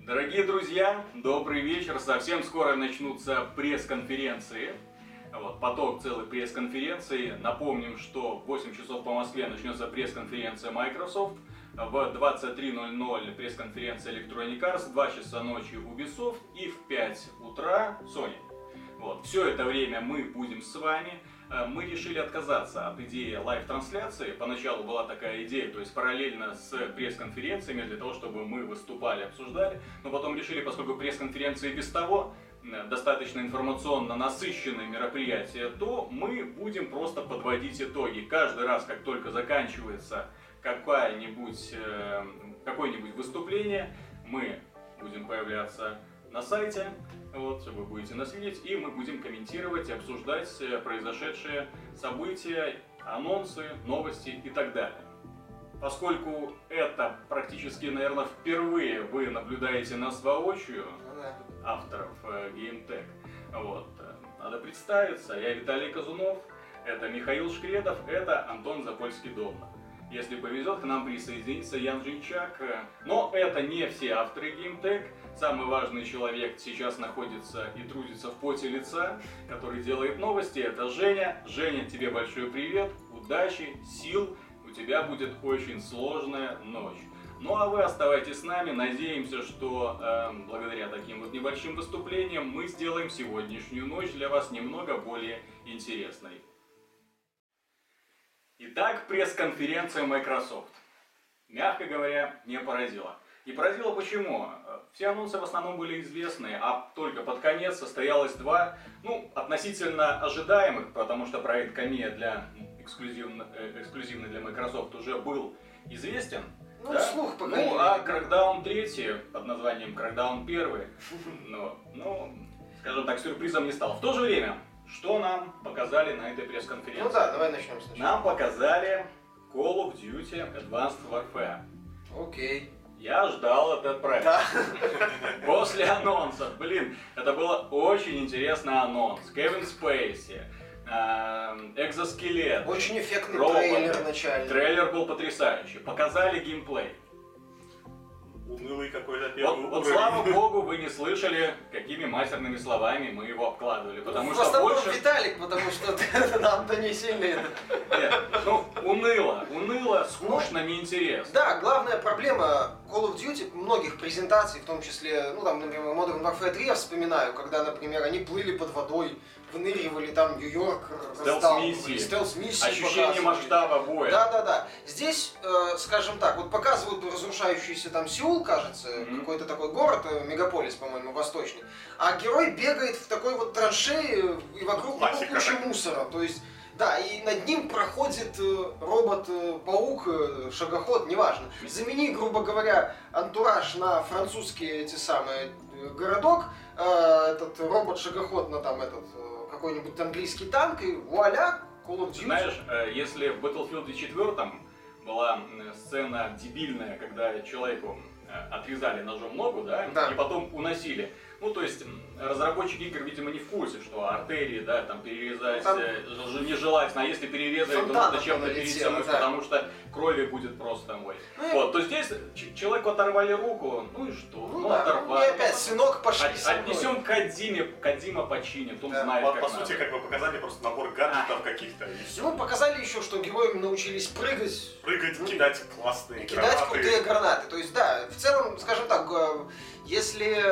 Дорогие друзья, добрый вечер. Совсем скоро начнутся пресс-конференции. Поток целой пресс-конференции. Напомним, что в 8 часов по Москве начнется пресс-конференция Microsoft. В 23:00 пресс-конференция Electronic Arts, в 2 часа ночи Ubisoft и в 5 утра Sony. Все это время мы будем с вами. Мы решили отказаться от идеи лайв-трансляции. Поначалу была такая идея, то есть параллельно с пресс-конференциями, для того, чтобы мы выступали, обсуждали. Но потом решили, поскольку пресс-конференции без того достаточно информационно насыщенные мероприятия, то мы будем просто подводить итоги. Каждый раз, как только заканчивается какое-нибудь выступление, мы будем появляться на сайте, вы будете нас видеть, и мы будем комментировать и обсуждать произошедшие события, анонсы, новости и так далее. Поскольку это практически, наверное, впервые вы наблюдаете нас воочию, авторов GameTech, надо представиться. Я Виталий Казунов, это Михаил Шкредов, это Антон Запольский-Домна. Если повезет, к нам присоединится Ян Жинчак. Но это не все авторы GameTech. Самый важный человек сейчас находится и трудится в поте лица, который делает новости. Это Женя. Женя, тебе большой привет, удачи, сил. У тебя будет очень сложная ночь. Ну а вы оставайтесь с нами. Надеемся, что благодаря таким небольшим выступлениям мы сделаем сегодняшнюю ночь для вас немного более интересной. Итак, пресс-конференция Microsoft, мягко говоря, не поразила. И поразила почему? Все анонсы в основном были известны, а только под конец состоялось два, относительно ожидаемых, потому что проект Камия эксклюзивный для Microsoft уже был известен. Слух пока. А Crackdown 3 под названием Crackdown 1, скажем так, сюрпризом не стал. В то же время, что нам показали на этой пресс-конференции? Давай начнем сначала. Нам показали Call of Duty Advanced Warfare. Окей. Я ждал этот проект. Да. После анонса, это был очень интересный анонс. Кевин Спейси, экзоскелет. Очень эффектный роботы. трейлер начальный. Трейлер был потрясающий. Показали геймплей. Унылый какой-то первый уровень. Слава богу, вы не слышали, какими матерными словами мы его обкладывали. Потому в что основном больше... Виталик, потому что нам-то не сильно это... Нет, уныло, скучно, неинтересно. Да, главная проблема Call of Duty, многих презентаций, в том числе, например, Modern Warfare 3 я вспоминаю, когда, например, они плыли под водой, выныривали там Нью-Йорк, стелс-миссии ощущение масштаба боя. Да. Здесь, скажем так, показывают разрушающийся там Сеул, кажется, какой-то такой город, мегаполис, по-моему, восточный, а герой бегает в такой траншее и вокруг него куча мусора, то есть, да, и над ним проходит робот-паук, шагоход, неважно. Замени, грубо говоря, антураж на французский городок, этот робот-шагоход на какой-нибудь английский танк, и вуаля, Call of Duty. Знаешь, если в Battlefield 4 была сцена дебильная, когда человеку отрезали ножом ногу, и потом уносили. То есть разработчики игр, видимо, не в курсе, что артерии, перерезать нежелательно, а если перерезать, то надо чем-то перетянуть, потому что крови будет просто мой. То здесь человеку оторвали руку, и что? Оторвали. И опять сынок пошли. Отнесем к Кодзима починит, он знает, как по сути, показали просто набор гаджетов каких-то и все. Показали еще, что герои научились прыгать, кидать классные гранаты. Кидать крутые гранаты. То есть, да, в целом, скажем так, если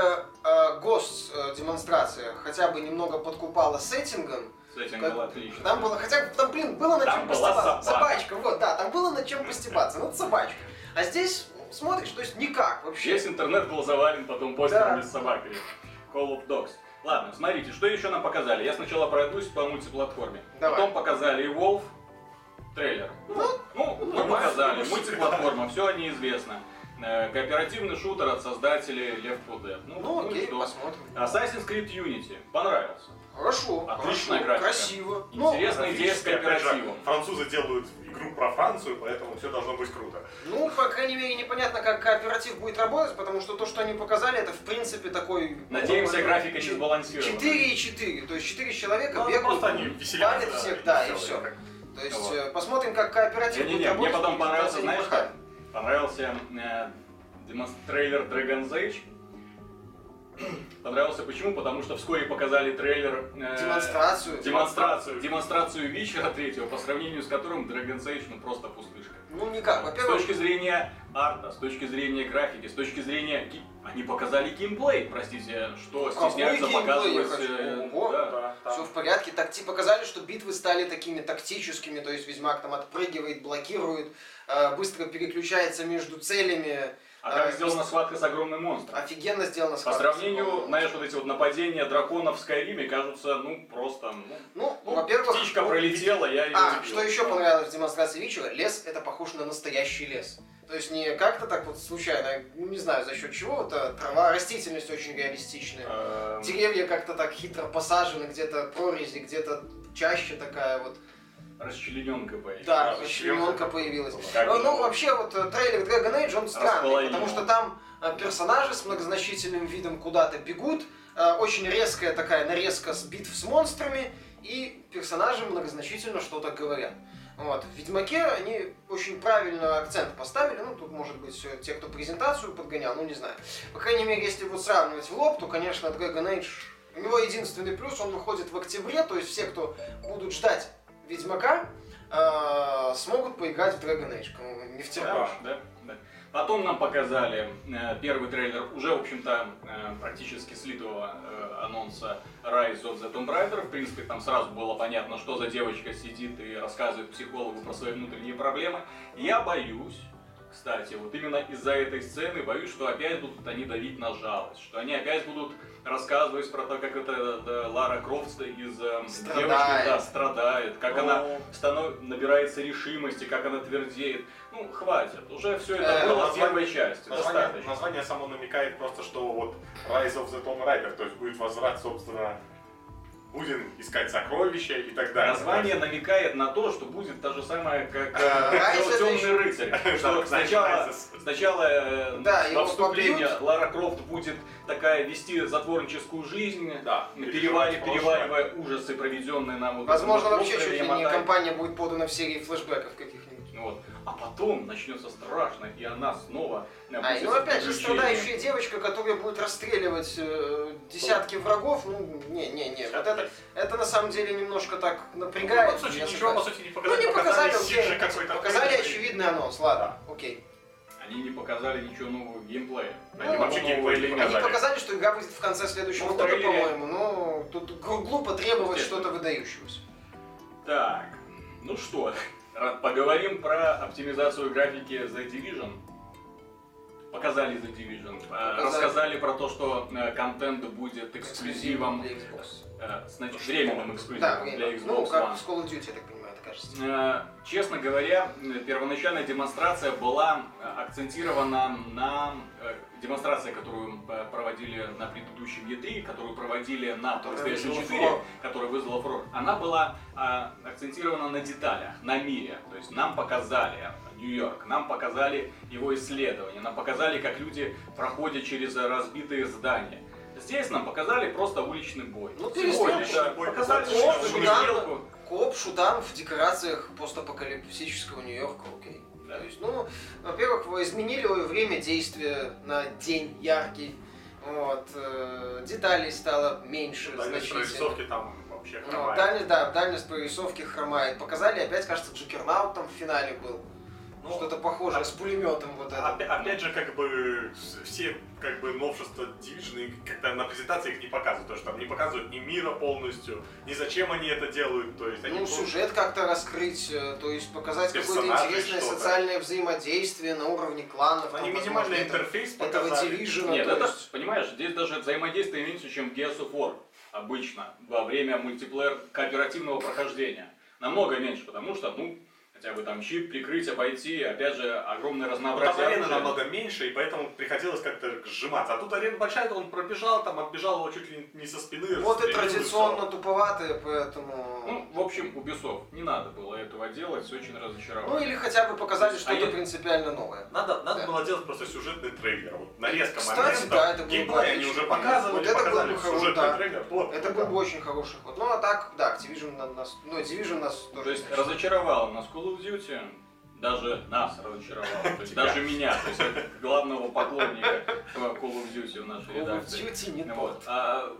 Ghost демонстрация хотя бы немного подкупала сеттингом, был отлично. Там было, было над чем постебаться. Собачка, там было над чем постебаться, над собачкой. А здесь смотришь, то есть никак вообще. Весь интернет был завален потом постерами с собаками. Call of Dogs. Ладно, смотрите, что еще нам показали. Я сначала пройдусь по мультиплатформе. Потом показали Evolve трейлер. Показали. Мультиплатформа, все неизвестно. Кооперативный шутер от создателей Left 4 Dead. Окей, посмотрим. Assassin's Creed Unity. Понравился. Хорошо. Отличная графика. Красиво. Интересная идея с кооперативом. Французы делают игру про Францию, поэтому все должно быть круто. По крайней мере, непонятно, как кооператив будет работать, потому что то, что они показали, это в принципе такой... Надеемся, графика не сбалансирована. 4,4. То есть 4 человека бегают, просто они веселятся, палят всех, и все. То есть посмотрим, как кооператив будет работать. Мне потом понравился, знаешь как? Понравился трейлер Dragon's Age. Понравился почему? Потому что вскоре показали трейлер... Демонстрацию вечера третьего, по сравнению с которым Dragon's Age ну просто пустышка. Ну никак, С во-первых... точки зрения арта, с точки зрения графики, с точки зрения... Они показали геймплей, простите, что стесняются показывать... Да. Все в порядке. Так типа показали, что битвы стали такими тактическими, то есть Ведьмак там отпрыгивает, блокирует, быстро переключается между целями. А как сделана схватка с огромным монстром? Офигенно сделана По схватка. сравнению, знаешь, вот эти вот нападения драконов в Скайриме кажутся, ну, просто... во-первых... Птичка пролетела, я ее убил. Что еще понравилось в демонстрации вечера? Лес это похож на настоящий лес. То есть не как-то так вот случайно, не знаю за счет чего, это трава, растительность очень реалистичная. Деревья как-то так хитро посажены, где-то прорези, где-то чаще такая вот. Расчлененка появилась. Да, расчлененка появилась. Ну, вообще, вот трейлер Dragon Age, он странный, потому что там персонажи с многозначительным видом куда-то бегут, очень резкая такая нарезка с битв с монстрами, и персонажи многозначительно что-то говорят. Вот. В Ведьмаке они очень правильно акцент поставили, ну, тут, может быть, те, кто презентацию подгонял, ну, не знаю. По крайней мере, если вот сравнивать в лоб, то, конечно, Dragon Age, у него единственный плюс, он выходит в октябре, то есть все, кто будут ждать Ведьмака, смогут поиграть в Dragon Age, кому не втираешь. Да. Потом нам показали первый трейлер уже, в общем-то, практически слитого анонса Rise of the Tomb Raider. В принципе, там сразу было понятно, что за девочка сидит и рассказывает психологу про свои внутренние проблемы. Я боюсь, кстати, вот именно из-за этой сцены, боюсь, что опять будут они давить на жалость, что они опять будут рассказывать про то, как это Лара Крофт из девочки страдает, как она набирается решимости, как она твердеет. Ну, хватит, уже все это было в первой части. Название само намекает просто, что вот Rise of the Tomb Raider, то есть будет возврат, собственно, будем искать сокровища и так далее. Название намекает на то, что будет та же самая, как Темный рыцарь. Что сначала во вступлении Лара Крофт будет такая вести затворническую жизнь, переваривая ужасы, проведенные нам. Возможно, вообще чуть ли не компания будет подана в серии флешбеков каких-нибудь. Вот. А потом начнется страшно, и она снова... ну опять же, страдающая девочка, которая будет расстреливать десятки врагов, ну, не. Вот это на самом деле немножко так напрягает. Ну, ничего, по сути, не показали. Ну, не показали, показали очевидный анонс, ладно, окей. Они не показали ничего нового в геймплее. Они вообще геймплей не показали. Они показали, что игра будет в конце следующего года, по-моему, но тут глупо требовать что-то выдающегося. Так, ну что... Поговорим про оптимизацию графики The Division. Показали The Division. Рассказали про то, что контент будет эксклюзивом, временным эксклюзивом для Xbox One. Ну, как с Call of Duty, я так понимаю, это кажется. Честно говоря, первоначальная демонстрация была акцентирована на демонстрации, которую проводили на предыдущем E3, которую проводили на PlayStation 4, которая вызвала фурор. Она была акцентирована на деталях, на мире. То есть нам показали Нью-Йорк, нам показали его исследования, нам показали, как люди проходят через разбитые здания. Здесь нам показали просто уличный бой. Ну, показали коп, шутан в декорациях постапокалиптического Нью-Йорка, окей. Да. То есть, ну, во-первых, вы изменили время действия на день яркий, вот, деталей стало меньше, значительно. Прорисовки там вообще хромает. Дальность прорисовки хромает. Показали, опять, кажется, Джокернаут там в финале был. Ну, что-то похожее с пулеметом вот это. Опять же, как бы, все как бы новшества Division как-то на презентации их не показывают, потому что там не показывают ни мира полностью, ни зачем они это делают, то есть они сюжет как-то раскрыть, то есть показать какое-то интересное социальное взаимодействие на уровне кланов. Они минимальный интерфейс показали. Этого Division. Нет, это, понимаешь, здесь даже взаимодействие меньше, чем в Gears of War обычно, во время мультиплеер кооперативного прохождения. Намного меньше, потому что, хотя бы там щит прикрыть, обойти, опять же, огромное разнообразие. Там арена намного меньше, и поэтому приходилось как-то сжиматься. А тут арена большая, он пробежал, там отбежал его чуть ли не со спины. Вот и традиционно туповатые, поэтому... Ну, в общем, Ubisoft, не надо было этого делать, очень разочаровало. Ну или хотя бы показали что-то принципиально новое. Надо было делать просто сюжетный трейлер. Вот, нарезка моментов. Да, это геймплей они уже показывали, вот показали сюжетный трейлер. Это был бы очень хороший ход. Ну а так, да, Division нас тоже... То есть разочаровал нас Call of Duty. даже нас разочаровало, то есть даже меня, то есть как главного поклонника Call of Duty в нашей Call of редакции. Duty не Вот. тот. А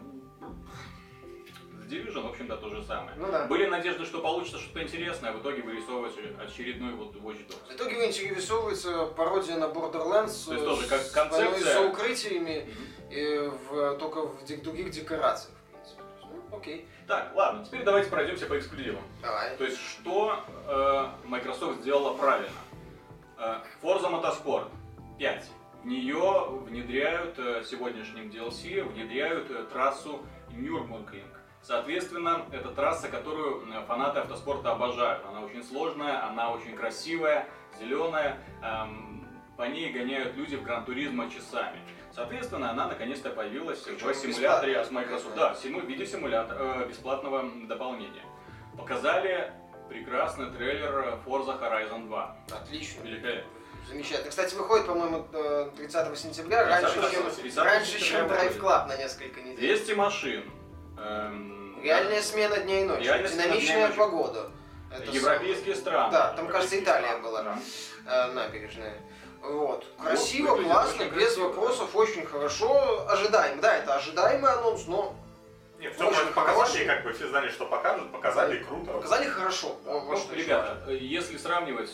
с Division, в общем-то, то же самое. Ну да. Были надежды, что получится что-то интересное, а в итоге вырисовывается очередной вот Watch В Dogs. итоге вырисовывается пародия на Borderlands То есть тоже как с войной концепция. за укрытиями, и только в других декорациях. В принципе. Ну, окей. Так, ладно, теперь давайте пройдемся по эксклюзивам. Давай. То есть, что Microsoft сделала правильно? Forza Motorsport 5. В нее внедряют сегодняшним DLC, внедряют трассу Nürburgring. Соответственно, это трасса, которую фанаты автоспорта обожают. Она очень сложная, она очень красивая, зеленая. По ней гоняют люди в Гран-туризмо часами. Соответственно, она наконец-то появилась в симуляторе от Microsoft. Да, в виде симулятора бесплатного дополнения. Показали прекрасный трейлер Forza Horizon 2. Отлично. Великолепно. Замечательно. Кстати, выходит, по-моему, 30 сентября, раньше, чем Drive Club на несколько недель. 200 машин. Реальная смена дня и ночи. Реальная смена Динамичная дня и ночи. погода. Это Европейские страны. Да, там, кажется, Италия страны. была, Да. набережная. Вот. Красиво, выглядит классно, очень без красиво, вопросов, очень хорошо. Ожидаем. Да, это ожидаемый анонс, но Нет, все очень показали, хороший. как бы все знали, что покажут, показали круто. показали хорошо. Ну, Вот что ребята, если сравнивать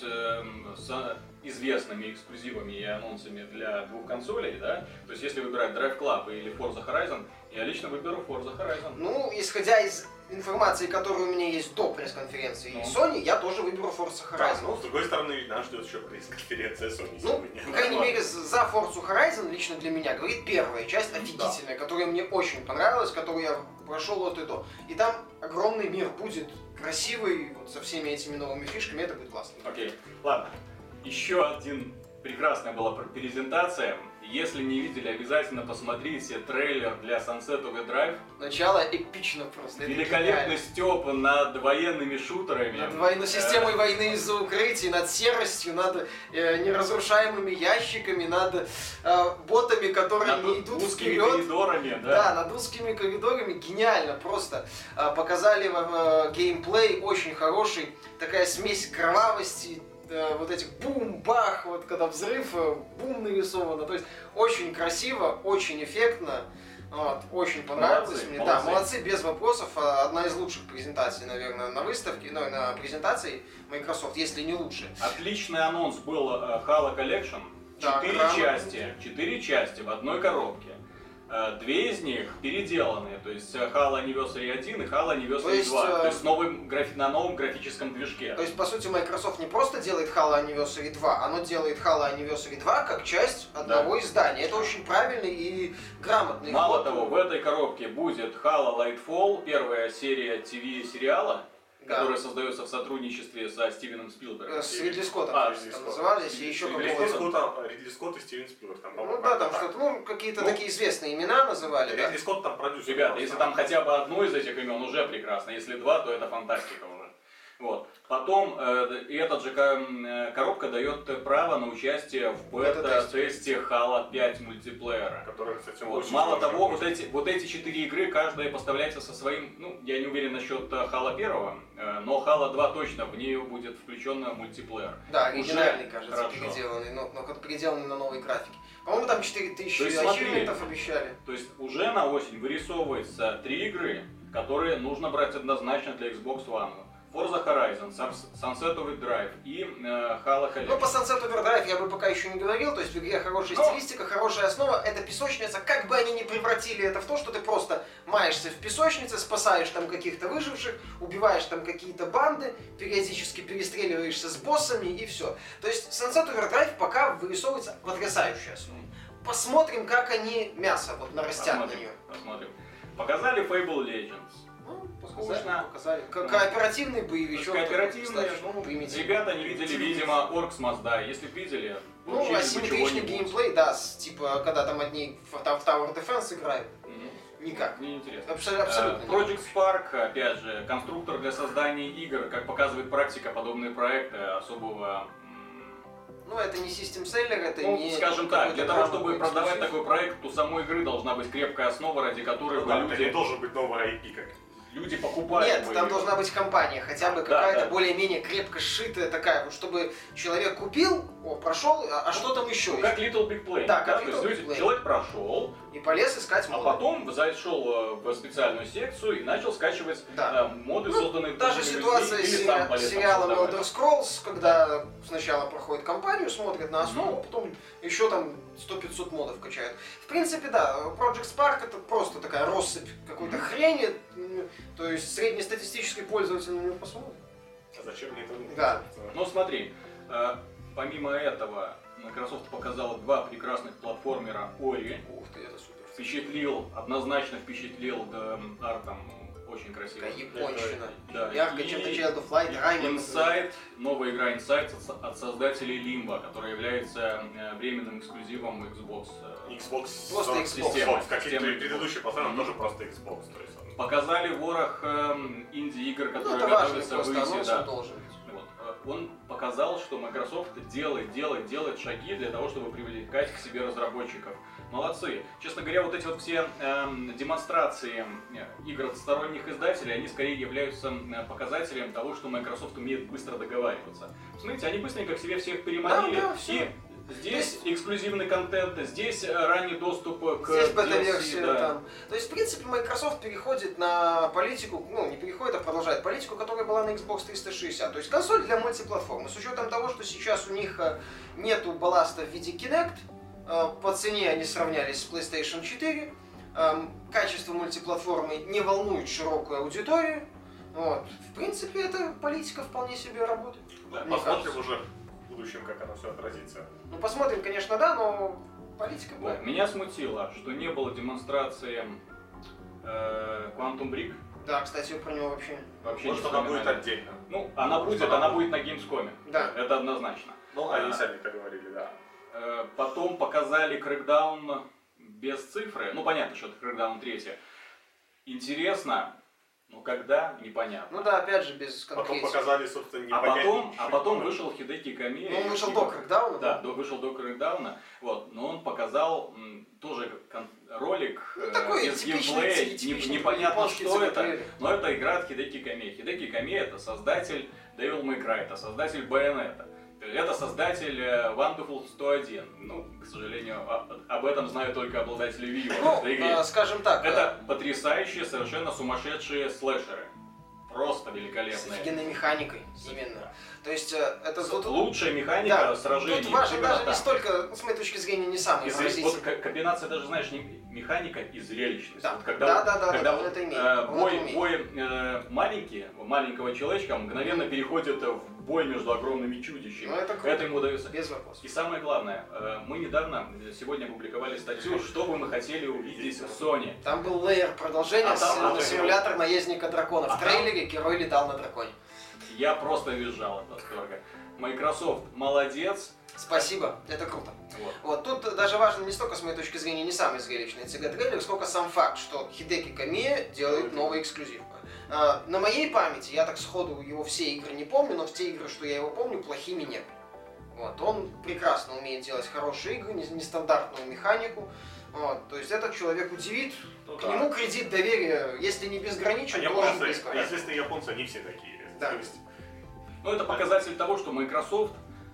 с известными эксклюзивами и анонсами для двух консолей, да, то есть если выбирать Drive Club или Forza Horizon, я лично выберу Forza Horizon. Ну, исходя из информации, которая у меня есть до пресс-конференции Ну. Sony, я тоже выберу Forza Horizon. Ну, с другой стороны, нас ждет еще пресс-конференция Sony Ну, сегодня. по крайней мере, за Forza Horizon лично для меня говорит первая часть офигительная, которая мне очень понравилась, которую я прошел от и до. И там огромный мир будет красивый, вот со всеми этими новыми фишками, это будет классно. Окей, ладно. Еще один прекрасная была презентация. Если не видели, обязательно посмотрите трейлер для Sunset Overdrive. Начало эпично просто. это Великолепный стёб над военными шутерами. над системой войны из-за укрытий, над серостью, над неразрушаемыми ящиками, над ботами, которые не идут узкими вперед. коридорами, да. Да, над узкими коридорами гениально просто. Показали геймплей очень хороший, такая смесь кровавости, вот этих бум-бах, вот когда взрыв, бум нарисовано. То есть очень красиво, очень эффектно. Вот, очень понравилось Молодцы, мне. молодцы. Да, молодцы, без вопросов. Одна из лучших презентаций, наверное, на выставке, ну, на презентации Microsoft, если не лучше. Отличный анонс был Halo Collection. Да, 4 части в одной коробке. 2 из них переделанные, то есть Halo Anniversary 1 и Halo То Anniversary есть, 2, то есть на новом графическом движке. То есть, по сути, Microsoft не просто делает Halo Anniversary 2, оно делает Halo Anniversary 2 как часть одного издания. Это очень правильный и грамотный Мало ход. того, в этой коробке будет Halo Lightfall, первая серия ТВ-сериала, Да. которая создается в сотрудничестве со Стивеном Спилбергом. С Ридли Скоттом, А, кажется, Ридли там Скотт. назывались, и еще Ридли какого-то. Ридли Скотт и Стивен Спилберг. Там, Ну по-моему, да, там как-то что-то, ну, какие-то Ну, такие известные имена называли, да. Ридли Скотт там продюсер. Ребята, просто. если там хотя бы одно из этих имен, уже прекрасно. Если 2, то это фантастика уже. Вот. Потом и эта же коробка дает право на участие в бета-тесте Halo 5 мультиплеера. Который, кстати, Вот. очень Мало сложный того, будет. вот эти 4 игры, каждая поставляется со своим, ну, я не уверен насчет Halo 1, но Halo 2 точно, в нее будет включен мультиплеер. Да, Уже оригинальный, кажется, хорошо. переделанный, но переделанный на новой графике. По-моему, там 4000 То есть смотри. ачивментов обещали. То есть уже на осень вырисовывается 3 игры, которые нужно брать однозначно для Xbox One. Forza Horizon, Sunset Overdrive и Halo Collection. Ну, по Sunset Overdrive я бы пока еще не говорил, то есть в игре хорошая стилистика, хорошая основа, это песочница, как бы они ни превратили это в то, что ты просто маешься в песочнице, спасаешь там каких-то выживших, убиваешь там какие-то банды, периодически перестреливаешься с боссами и все. То есть Sunset Overdrive пока вырисовывается потрясающая основа. Посмотрим, как они мясо вот нарастят на нее. Посмотрим. Показали Fable Legends. Ну, Скучно. показали. Кооперативный боевичок. Кооперативный, достаточно примитивный. ребята не видели, видимо, Orcs Must Die. Если б видели, Ну, получили бы асимметричный чего-нибудь. геймплей, да, типа, когда там одни в Tower Defense играют. Никак. Мне интересно. Абсолютно. никак. Project Spark, опять же, конструктор для создания игр, как показывает практика, подобные проекты особого... Ну, это не систем-селлер, это Ну, не... скажем так, для того, чтобы продавать эксклюзив. такой проект, у самой игры должна быть крепкая основа, ради которой Ну бы да, это не люди... должен быть новый IP, как люди покупали. Нет, там ее. должна быть компания, хотя бы Да, какая-то да. более-менее крепко сшитая такая, вот, чтобы человек купил, прошел, а что там еще? Ну, как Little Big Planet. Да, как то есть Little Big люди- Planet. человек прошел, И полез искать а моды. потом зашел в специальную секцию и начал скачивать Да. моды, Ну, созданные та же другими ситуация людьми, с или сам полез там сериалом создавать. Elder Scrolls, когда сначала проходит кампанию, смотрят на основу, потом еще там 100-500 модов качают. В принципе, да, Project Spark это просто такая россыпь какой-то хрени, то есть среднестатистический пользователь на него посмотрит. А зачем мне это нужно? Да. Но смотри, помимо этого, Microsoft показала 2 прекрасных платформера Ori. Ух ты, это супер. Однозначно впечатлил артом, очень красиво. Такая японщина. Да. Ярко, И чем Child of Light, Rayman. Inside, новая игра Inside от создателей Limbo, которая является временным эксклюзивом Xbox. Xbox. Просто Xbox. Система. Как и Система. предыдущие платформы, тоже просто Xbox. То есть он- Показали ворох инди-игр, Ну, которые это важно, готовятся просто выйти. анонс Да. он должен быть. Вот. Он показал, что Microsoft делает шаги для того, чтобы привлекать к себе разработчиков. Молодцы. Честно говоря, вот эти вот все демонстрации игр от сторонних издателей, они скорее являются показателем того, что Microsoft умеет быстро договариваться. Смотрите, они быстренько к себе всех переманили, Да, всё. и здесь эксклюзивный контент, здесь ранний доступ к Здесь DLC, бета-версия да. там. То есть, в принципе, Microsoft переходит на политику, ну, не переходит, а продолжает политику, которая была на Xbox 360. То есть консоль для мультиплатформы. С учетом того, что сейчас у них нету балласта в виде Kinect, по цене они сравнялись с PlayStation 4, качество мультиплатформы не волнует широкую аудиторию. Вот. В принципе, эта политика вполне себе работает. Да, мне посмотрим кажется. уже в будущем, как оно все отразится. Ну, посмотрим, конечно, да, но политика Вот. бывает. Меня смутило, что не было демонстрации Quantum Break. Да, кстати, про него вообще. Вообще Может, не она будет вспоминали. отдельно. Ну, она будет на Gamescom. Да. Это однозначно. Ну, они сами так говорили, да. Потом показали Crackdown без цифры. Ну, понятно, что это Crackdown 3. Интересно, но когда, непонятно. Ну да, опять же, без Потом конкретики. показали, собственно, А непонятно. потом вышел Хидеки Камия. Ну, он вышел до Crackdown, Да, вышел до Crackdown. Вот, но он показал тоже ролик Ну, такой без типичный, геймплея, типичный непонятно, японский что это. трейлер. Но это игра от Хидеки Камия. Хидеки Камия это создатель Devil May Cry, это создатель Bayonetta. Это создатель Wonderful 101. Ну, к сожалению, об этом знают только обладатели Wii U. Ну, этой игре. скажем так, Это потрясающие, совершенно сумасшедшие слэшеры. Просто с великолепные. офигенной механикой, именно. То есть, это тут... Лучшая механика Да, сражений. тут важно именно даже не так. столько, с моей точки зрения, не самый Вот выразительный. комбинация даже, знаешь, механика и зрелищность. Да. Вот Да, когда он вот, это имеет. Он это умеет. бой маленького человечка мгновенно переходит в бой между огромными чудищами. Ну, это круто. Это ему удается. Без вопросов. И самое главное, мы недавно, сегодня опубликовали статью, что бы мы хотели увидеть в Sony. Там был лейер продолжения, А там- симулятор наездника дракона. В трейлере герой летал на драконе. Я просто визжал от восторга. Microsoft молодец. Спасибо, это круто. Вот. Вот, тут даже важно не столько, с моей точки зрения, не самый зрелищный CG-трейлер, сколько сам факт, что Хидеки Камия делает новый эксклюзив. На моей памяти, я так сходу его все игры не помню, но в те игры, что я его помню, плохими не были. Вот, он прекрасно умеет делать хорошие игры, нестандартную механику. Вот, то есть этот человек удивит, Ну, к да. нему кредит доверия, если не безграничен, А должен японцы, быть. известные японцы, они все такие. Да. То есть, Ну, это показатель того, что Microsoft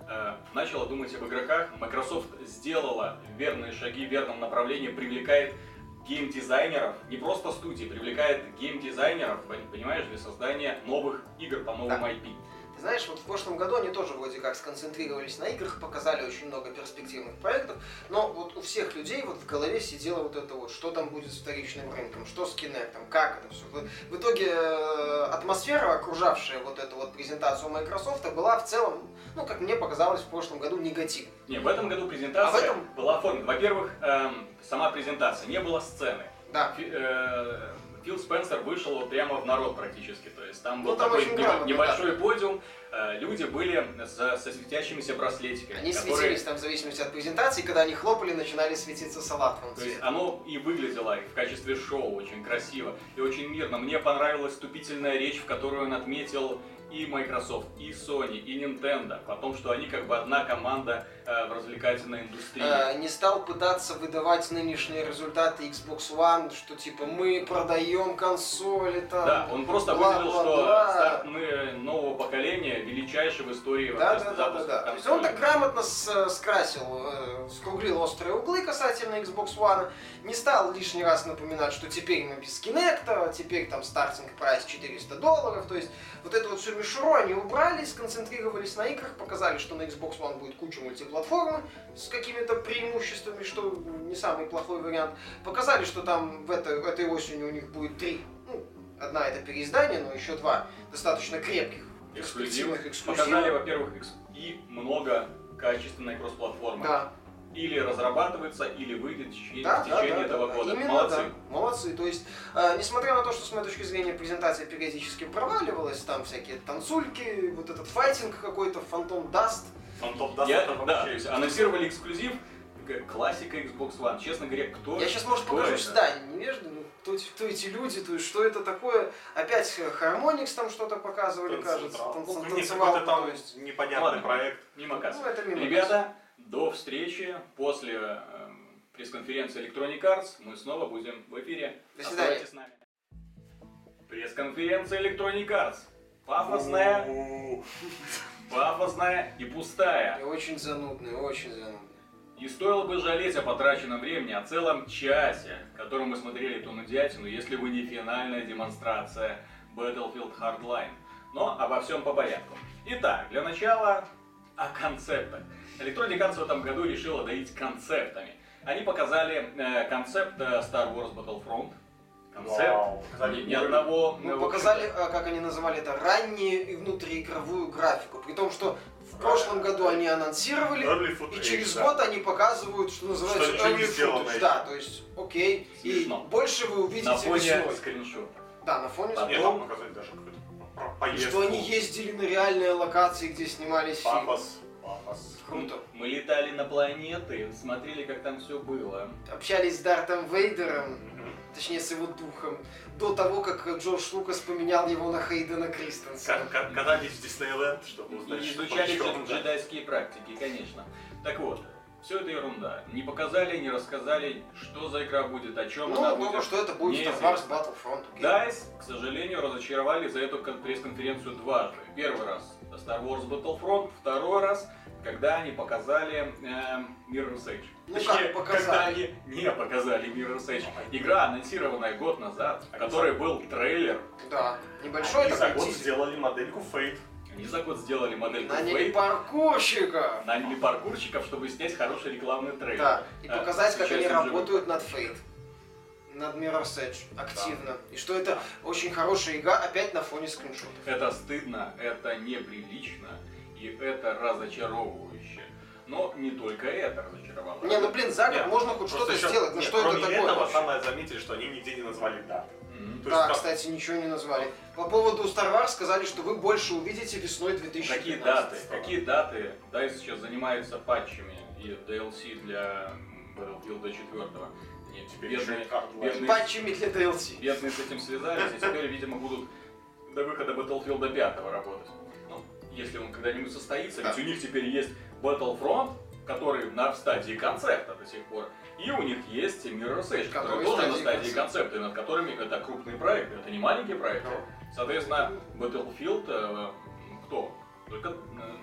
начала думать об игроках. Microsoft сделала верные шаги в верном направлении, привлекает геймдизайнеров, не просто студии, привлекает геймдизайнеров, понимаешь, для создания новых игр по новым Да. IP. Ты знаешь, вот в прошлом году они тоже вроде как сконцентрировались на играх, показали очень много перспективных проектов, но вот у всех людей вот в голове сидело вот это вот, что там будет с вторичным рынком, что с Kinect, как это все. В итоге атмосфера, окружавшая вот эту вот презентацию Microsoft, была в целом, ну, как мне показалось, в прошлом году негативной. Не, в этом году презентация А в этом- была оформлена. Во-первых, сама презентация, не было сцены. Да. Фил Спенсер вышел вот прямо в народ практически, то есть там Ну, был там такой очень грамотно, небольшой подиум, люди были со светящимися браслетиками, Они которые- светились там в зависимости от презентации, когда они хлопали, начинали светиться салатовым То есть цветом. оно и выглядело в качестве шоу очень красиво и очень мирно. Мне понравилась вступительная речь, в которой он отметил и Microsoft, и Sony, и Nintendo о том, что они как бы одна команда в развлекательной индустрии. Не стал пытаться выдавать нынешние результаты Xbox One, что типа мы продаем консоли там. Да, он просто выделил, что старт нового поколения величайший в истории запуска Да. То есть консолей. он так грамотно скруглил острые углы касательно Xbox One, не стал лишний раз напоминать, что теперь мы без Kinect, теперь там стартинг прайс $400, то есть вот эту вот всю мишуру они убрали, сконцентрировались на играх, показали, что на Xbox One будет куча мультиплатформы с какими-то преимуществами, что не самый плохой вариант. Показали, что там этой осенью у них будет 3, одна это переиздание, но еще 2 достаточно крепких эксклюзивных эксклюзивов. Показали, во-первых, и много качественной кроссплатформы. Да. Или разрабатывается, или выйдет в течение этого года. Именно, молодцы. Да, молодцы. То есть, несмотря на то, что с моей точки зрения презентация периодически проваливалась, там всякие танцульки, вот этот файтинг какой-то, Phantom Dust. Phantom Dust это вообще... Анонсировали эксклюзив, классика Xbox One. Честно говоря, кто Я сейчас, может, покажу здание невежды, кто эти люди, то есть, что это такое. Опять Harmonix там что-то показывали, кажется. Танцевал, там непонятный проект. Мимо кассы. Это мимо Ребята, до встречи после пресс-конференции Electronic Arts. Мы снова будем в эфире. До свидания. Оставайтесь с нами. Пресс-конференция Electronic Arts. Пафосная, пафосная и пустая. И очень занудный, очень занудный. И стоило бы жалеть о потраченном времени, о целом часе, в котором мы смотрели эту нудятину, если бы не финальная демонстрация Battlefield Hardline. Но обо всем по порядку. Итак, для начала о концептах. Electronic Arts в этом году решила доить концептами. Они показали концепт Star Wars Battlefront. Концепт. Ни одного... Показали, как они называли это, раннюю и внутриигровую графику. При том, что в прошлом году они анонсировали, и через год они показывают, что называется early footage. Да, то есть, окей. Смешно. И больше вы увидите на фоне весной. скриншота. Да, на фоне Потом показали даже какую-то поездку. что они ездили на реальные локации, где снимались фильмы. Пафос. Круто. Мы летали на планеты, смотрели, как там все было. Общались с Дартом Вейдером, точнее с его духом, до того, как Джордж Лукас поменял его на Хейдена Кристенсена. Катались в Диснейленд, чтобы узнать, И что изучали почем, да. джедайские практики, конечно. Так вот, все это ерунда. Не показали, не рассказали, что за игра будет, о чем она будет. Ну, что это будет Star неизвестно. Wars Battlefront. окей. DICE, к сожалению, разочаровали за эту пресс-конференцию дважды. Первый раз Star Wars Battlefront, второй раз, когда они показали Mirror's Edge. Ну Точнее, как показали? когда они не показали Mirror's Edge. Игра, анонсированная год назад, в которой был трейлер. Да, небольшой Они за такой год тизер. сделали модельку Fate. Они за год сделали модельку Наняли Fate, паркурщика. наняли паркурщиков, чтобы снять хороший рекламный трейлер. Да, и показать, с как они участием работают над Fate. Над Mirror's Edge активно. И что это очень хорошая игра, опять на фоне скриншотов. Это стыдно, это неприлично и это разочаровывающе. Но не только это разочаровало. Не, ну блин, за год Нет, можно хоть просто что-то еще- сделать. Ну нет, что это кроме такое? этого, вообще? самое заметили, что они нигде не назвали даты. Мгм. То есть Да, как- кстати, ничего не назвали. По поводу Star Wars сказали, что вы больше увидите весной 2015. Какие даты? Какие даты? DICE сейчас занимаются патчами и DLC для Battlefield 4. Нет, Теперь еще и бедные, Hardline. бедные, Патчами для DLC. бедные с этим связались, и теперь, видимо, будут до выхода Battlefield 5 работать. Ну, если он когда-нибудь состоится, ведь у них теперь есть Battlefront, который в стадии концепта до сих пор, и у них есть Mirror's Edge, который тоже на стадии концепта, и над которыми это крупные проекты, это не маленькие проекты. Соответственно, Battlefield, кто? Только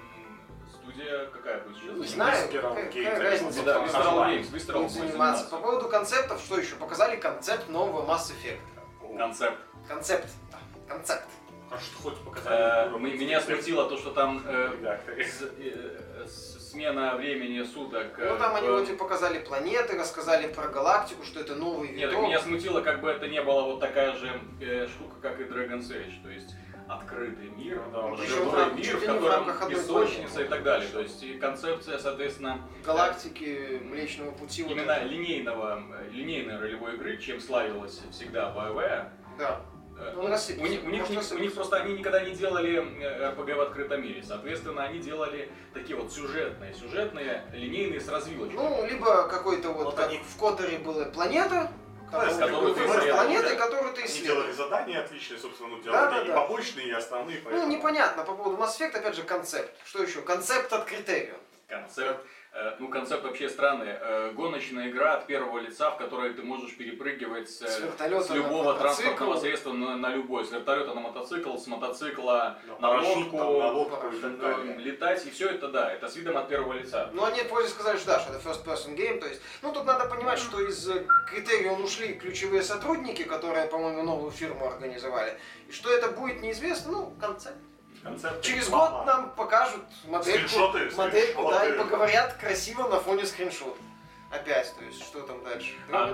студия какая будет сейчас? Не заниматься? знаю, Visceral какая Games, разница. Да, кто Visceral Hardline. Games, Visceral будет будет заниматься. заниматься. По поводу концептов, что еще? Показали концепт нового Mass Effect. Концепт. Концепт. Да, концепт. А что хоть показали? Меня смутило то, что там Редакторы. смена времени суток. Ну там они вроде показали планеты, рассказали про галактику, что это новый Нет, так виток. меня смутило, как бы это не было вот такая же штука, как и Dragon's Edge, то есть открытый мир, Да, причем живой в мир, чуть в ли не в котором рамках одной песочница точки. и так далее. То есть и концепция, соответственно, Галактики, Млечного Пути. вот именно это. линейной ролевой игры, чем славилась всегда BioWare. Да. Ну, У рассыпется. них просто они никогда не делали RPG в открытом мире. Соответственно, они делали такие вот сюжетные, линейные с развилочкой. Ну, либо какой-то вот, Вот как они- в Которе была планета, которую ты исследовал. Планеты, которую ты Они исследовал. делали задания отличные, собственно, ну, делали и побочные, и основные. Ну, непонятно по поводу Mass Effect, опять же, концепт. Что еще? Концепт от Criterion. Концепт. Ну, концепт вообще странный. Гоночная игра от первого лица, в которой ты можешь перепрыгивать с любого транспортного средства на любой. С вертолета на мотоцикл, с мотоцикла на лодку, летать. И все это, да, это с видом от первого лица. Ну, они позже сказали, что да, что это first person game. То есть, ну, тут надо понимать, что из Criterion ушли ключевые сотрудники, которые, по-моему, новую фирму организовали. И что это будет, неизвестно. Ну, концепт. Через год нам покажут модельку, да, и поговорят красиво на фоне скриншотов. Опять, то есть, что там дальше? Dragon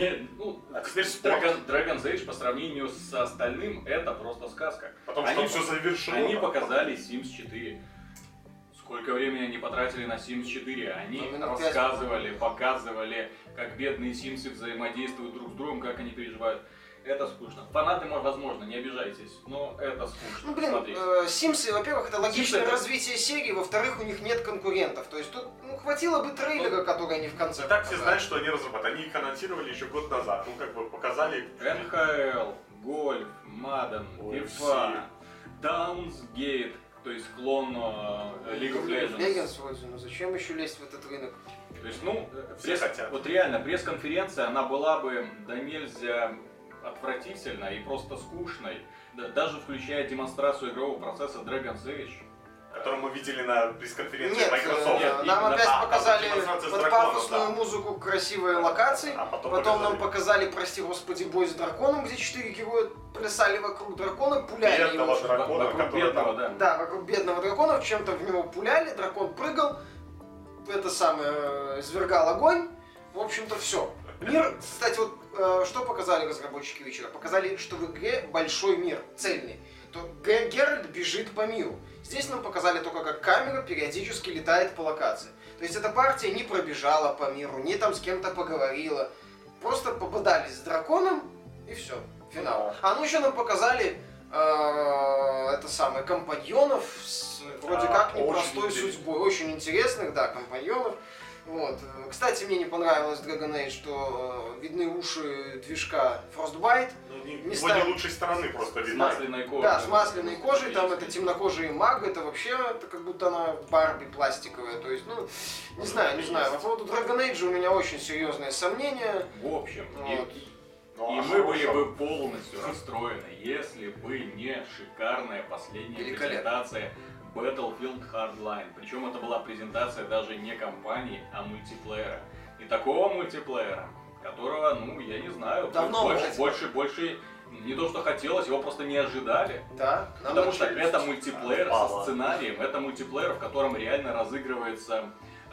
Age? Dragon's Age по сравнению с остальным это просто сказка. Потому что все завершено. Они показали Sims 4. Сколько времени они потратили на Sims 4? Они рассказывали, показывали, как бедные симсы взаимодействуют друг с другом, как они переживают. Это скучно. Фанаты, возможно, не обижайтесь, но это скучно. Ну, блин, Симсы, во-первых, это логичное развитие серии, во-вторых, у них нет конкурентов. То есть тут хватило бы трейлера, который они в конце так все знают, что они разрабатывают. Они их анонсировали еще год назад. Ну, как бы показали... НХЛ, Гольф, Madden, FIFA, Downsgate, то есть клон League of Legends. Ну зачем еще лезть в этот рынок? То есть, ну, вот реально, пресс-конференция, она была бы да нельзя отвратительной и просто скучной, даже включая демонстрацию игрового процесса Dragon's Age. Который мы видели на пресс-конференции Microsoft. Нам опять показали под пафосную музыку красивые локации, потом нам показали, прости господи, бой с драконом, где 4 героя плясали вокруг дракона, пуляли его. Вокруг бедного, да. Да, вокруг бедного дракона, чем-то в него пуляли, дракон прыгал, это самое, извергал огонь, в общем-то все. Мир, кстати, вот что показали разработчики вечера? Показали, что в игре большой мир, цельный. То Геральт бежит по миру. Здесь нам показали только, как камера периодически летает по локации. То есть эта партия не пробежала по миру, не там с кем-то поговорила. Просто пободались с драконом и все, финал. А ну еще нам показали это самое, компаньонов с вроде как непростой судьбой. Очень интересных, да, компаньонов. Вот. Кстати, мне не понравилось в Dragon Age, что видны уши движка Frostbite. Его не лучшей стороны просто видно. С масляной кожей. Да, с масляной кожей, там это темнокожий маг, это вообще это как будто она Барби пластиковая. То есть, ну, не знаю. По поводу Dragon Age у меня очень серьезные сомнения. В общем, вот. И мы были бы полностью расстроены, если бы не шикарная последняя презентация Battlefield Hardline. Причем это была презентация даже не компании, а мультиплеера. И такого мультиплеера, которого, ну, я не знаю, давно больше не то, что хотелось, его просто не ожидали. Да, потому что это мультиплеер со сценарием, это мультиплеер, в котором реально разыгрывается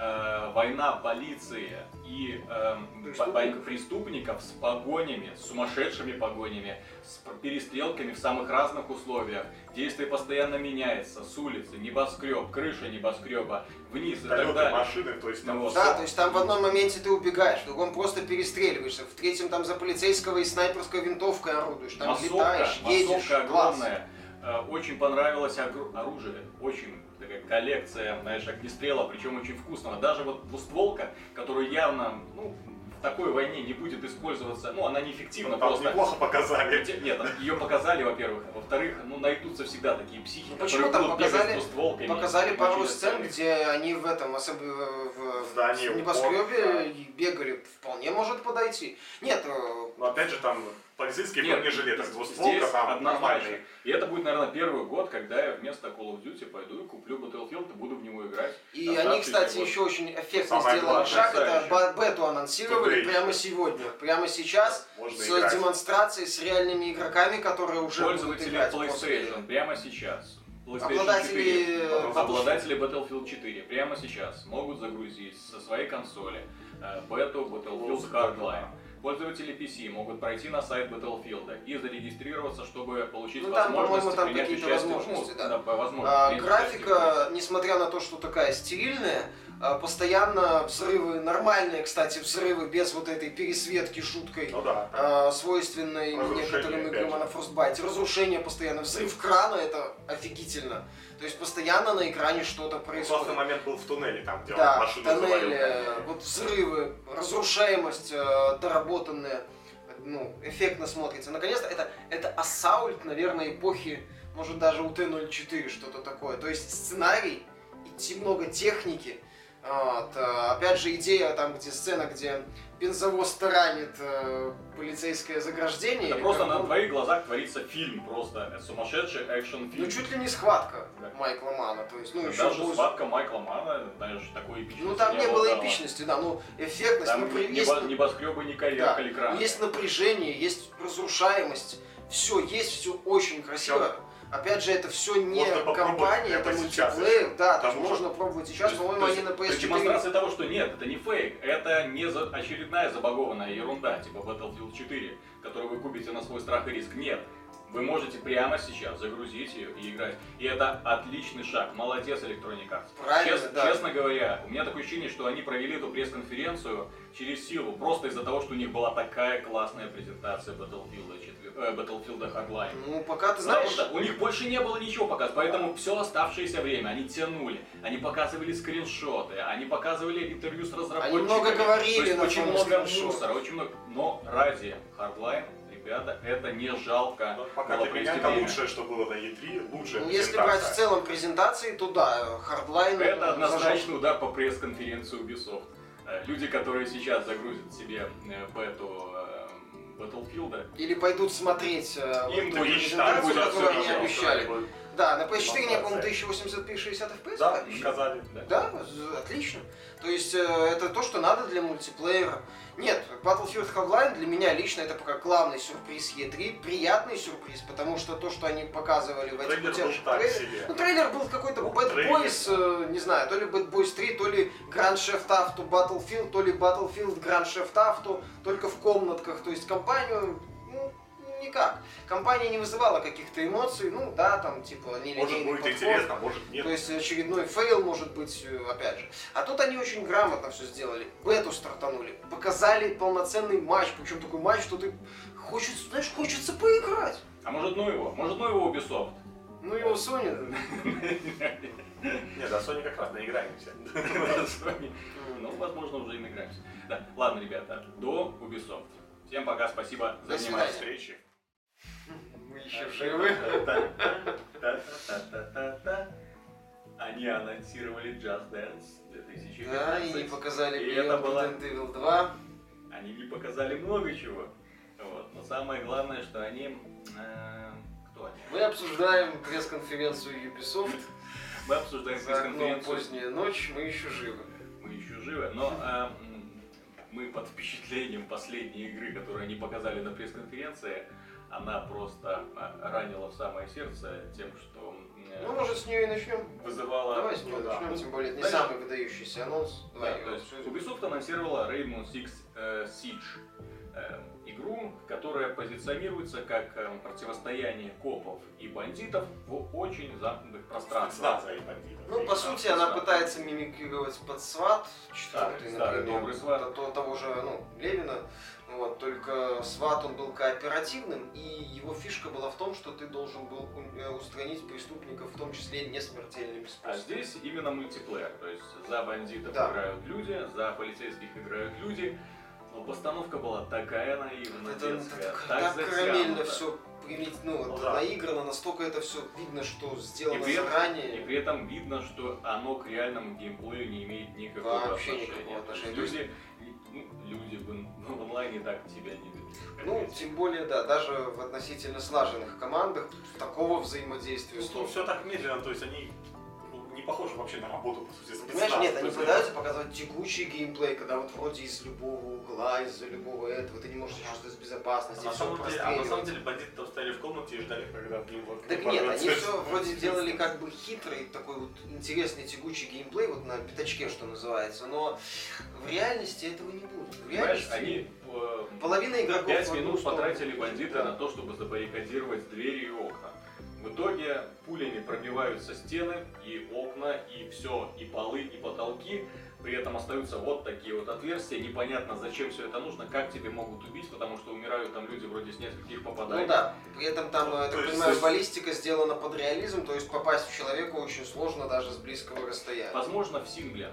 война полиции и преступников с погонями, с сумасшедшими погонями, с перестрелками в самых разных условиях. Действие постоянно меняется, с улицы, небоскреб, крыша небоскреба, вниз и так далее. Машины, то есть там да, то есть там в одном моменте ты убегаешь, в другом просто перестреливаешься, в третьем там за полицейского и снайперской винтовкой орудуешь, там летаешь, едешь. Массовка огромная. Очень понравилось оружие, очень такая коллекция, знаешь, огнестрела, причем очень вкусного. Даже вот двустволка, которую явно, ну, в такой войне не будет использоваться, ну, она неэффективна. Там просто неплохо показали. Нет, ее показали, во-первых. Во-вторых, ну, найдутся всегда такие психи, почему там показали пару сцен, где они в этом, особенно в небоскребе бегали, вполне может подойти. Нет, но опять же там полицейские бронежилеты, двустволка там нормальные. И это будет, наверное, первый год, когда я вместо Call of Duty пойду и куплю Battlefield и буду в него играть. И они, кстати, еще очень эффектно сделали шаг, это бету анонсировали прямо сегодня, прямо сейчас, с демонстрацией, с реальными игроками, которые уже будут играть. Пользователи PlayStation прямо сейчас. Обладатели Battlefield 4 прямо сейчас могут загрузить со своей консоли бету Battlefield Hardline. Пользователи PC могут пройти на сайт Battlefield и зарегистрироваться, чтобы получить возможность принять участие. Графика, несмотря на то, что такая стерильная, постоянно взрывы, нормальные, кстати, взрывы без вот этой пересветки шуткой, свойственной некоторым играм на Frostbite. Разрушение постоянно, взрыв крана, это офигительно. То есть постоянно на экране что-то происходит. Классный момент был в туннеле, там, где машину туннели, вот взрывы, разрушаемость доработанная. эффектно смотрится. Наконец-то это ассаульт, наверное, эпохи, может даже у Т-04 что-то такое. То есть сценарий, идти много техники. Вот. Опять же, идея там, где сцена, где бензовоз таранит полицейское заграждение. Это просто на твоих глазах творится фильм, просто сумасшедший экшн-фильм. Ну, чуть ли не схватка Да. Майкла Манна. То есть, еще даже схватка Майкла Манна, знаешь, такой эпичности. Ну, там не было дала. эпичности, да, эффектность. Там небоскребы не коверкали кран. Есть напряжение, есть разрушаемость. Есть все очень красиво. Опять же, это все не компания, это мультиплеер, да, то есть можно пробовать сейчас, по-моему, они на PS4. Это демонстрация того, что нет, это не фейк, это не очередная забагованная ерунда, типа Battlefield 4, которую вы купите на свой страх и риск. Нет, вы можете прямо сейчас загрузить ее и играть. И это отличный шаг. Молодец, Electronic Arts. Правильно, да. Честно говоря, у меня такое ощущение, что они провели эту пресс-конференцию через силу, просто из-за того, что у них была такая классная презентация Battlefield Hardline. Ну, пока ты знаешь... Потому что у них больше не было ничего показывать, поэтому все оставшееся время они тянули. Они показывали скриншоты, они показывали интервью с разработчиками. Они много говорили. То есть на очень фоне много скриншотов. мусора, очень много. Но ради Hardline, ребята, это не жалко. Но пока было для меня провести это время. лучшее, что было на E3, лучшая Ну, если брать в целом презентации, то да, Hardline... Это однозначно удар по пресс-конференции Ubisoft. Люди, которые сейчас загрузят себе бету Battlefield, Или пойдут смотреть Им ту будет презентацию, будет которую всё они равно. обещали. Да, на PS4 не, Демонстрация. по-моему, 1080p 60 FPS. Да, обещали. сказали. Да, отлично. То есть это то, что надо для мультиплеера. Нет, Battlefield Hardline для меня лично это пока главный сюрприз E3, приятный сюрприз, потому что то, что они показывали в этих Трейлер был утешных так трейлерах... себе. Ну, трейлер был какой-то Bad трейлер. Boys, не знаю, то ли Bad Boys 3, то ли Grand Theft Auto Battlefield, то ли Battlefield Grand Theft Auto, только в комнатках, то есть компанию... никак. Компания не вызывала каких-то эмоций, ну да, там типа Может нелинейный будет подход. интересно, может нет. То есть очередной фейл может быть, опять же. А тут они очень грамотно все сделали. Бету стартанули, показали полноценный матч, причем такой матч, что ты хочется поиграть. а может ну его Ubisoft. Ну его Sony. Нет, да, Sony как раз наиграемся. Sony. Ну, возможно, уже и наиграемся. Да, ладно, ребята, до Ubisoft. Всем пока, спасибо за До внимание. свидания. Встречи. Мы еще живы. Они анонсировали Just Dance 2015. Да, и не показали И это Beyond было- Good and Evil 2. Они не показали много чего. Вот. Но самое главное, что они... кто они? Мы обсуждаем пресс-конференцию Ubisoft. Мы обсуждаем За окном пресс-конференцию. поздняя ночь, мы еще живы. Мы еще живы, но мы под впечатлением последней игры, которую они показали на пресс-конференции, она просто ранила в самое сердце тем, что Ну, может, с нее и начнем. вызывала... Давай с нее Ну да. начнем, тем более это не Дальше. самый выдающийся анонс. Давай Да, его то есть обсудим. Ubisoft анонсировала Rainbow Six Siege. Игру, которая позиционируется как противостояние копов и бандитов в очень замкнутых пространствах. Спецназа и бандитов. Ну, по сути, она пытается мимикрировать под SWAT, четвертый, Старый например, добрый SWAT. того же, Левина. Вот, только SWAT он был кооперативным, и его фишка была в том, что ты должен был устранить преступников, в том числе несмертельными А способами. здесь именно мультиплеер, то есть за бандитов Да. играют люди, за полицейских играют люди. Но постановка была такая наивная, Это детская, так карамельно затянута. все Ну да. наиграно, настолько это все видно, что сделано И заранее. при этом видно, что оно к реальному геймплею не имеет никакого Вообще отношения. никакого То есть отношения. люди в онлайне так тебя не ведут. как Ну, эти. тем более, да, даже в относительно слаженных командах такого взаимодействия Ну, сложно. все так медленно, то есть они не похожи вообще на работу, по сути, Понимаешь, спецназа. нет, То они есть пытаются показывать текучий геймплей, когда вот вроде из любого угла, из-за любого этого, ты не можешь чувствовать с безопасности, на все самом деле простреливается. бандиты там стояли в комнате и ждали, когда в него Так нет, они все вроде делали как бы хитрый, такой вот интересный тягучий геймплей, вот на пятачке, что называется, но в реальности этого не будет. В Понимаешь, реальности они половина игроков 5 в одну минут сторону. потратили бандиты Да. на то, чтобы забаррикадировать двери и окна. В итоге пулями пробиваются стены и окна, и все, и полы, и потолки. При этом остаются вот такие вот отверстия. Непонятно, зачем все это нужно, как тебе могут убить, потому что умирают там люди вроде с нескольких попаданий. Ну да, при этом там, Ну, я то так есть понимаю, здесь- баллистика сделана под реализм, то есть попасть в человека очень сложно даже с близкого расстояния. Возможно, в сингле оно будет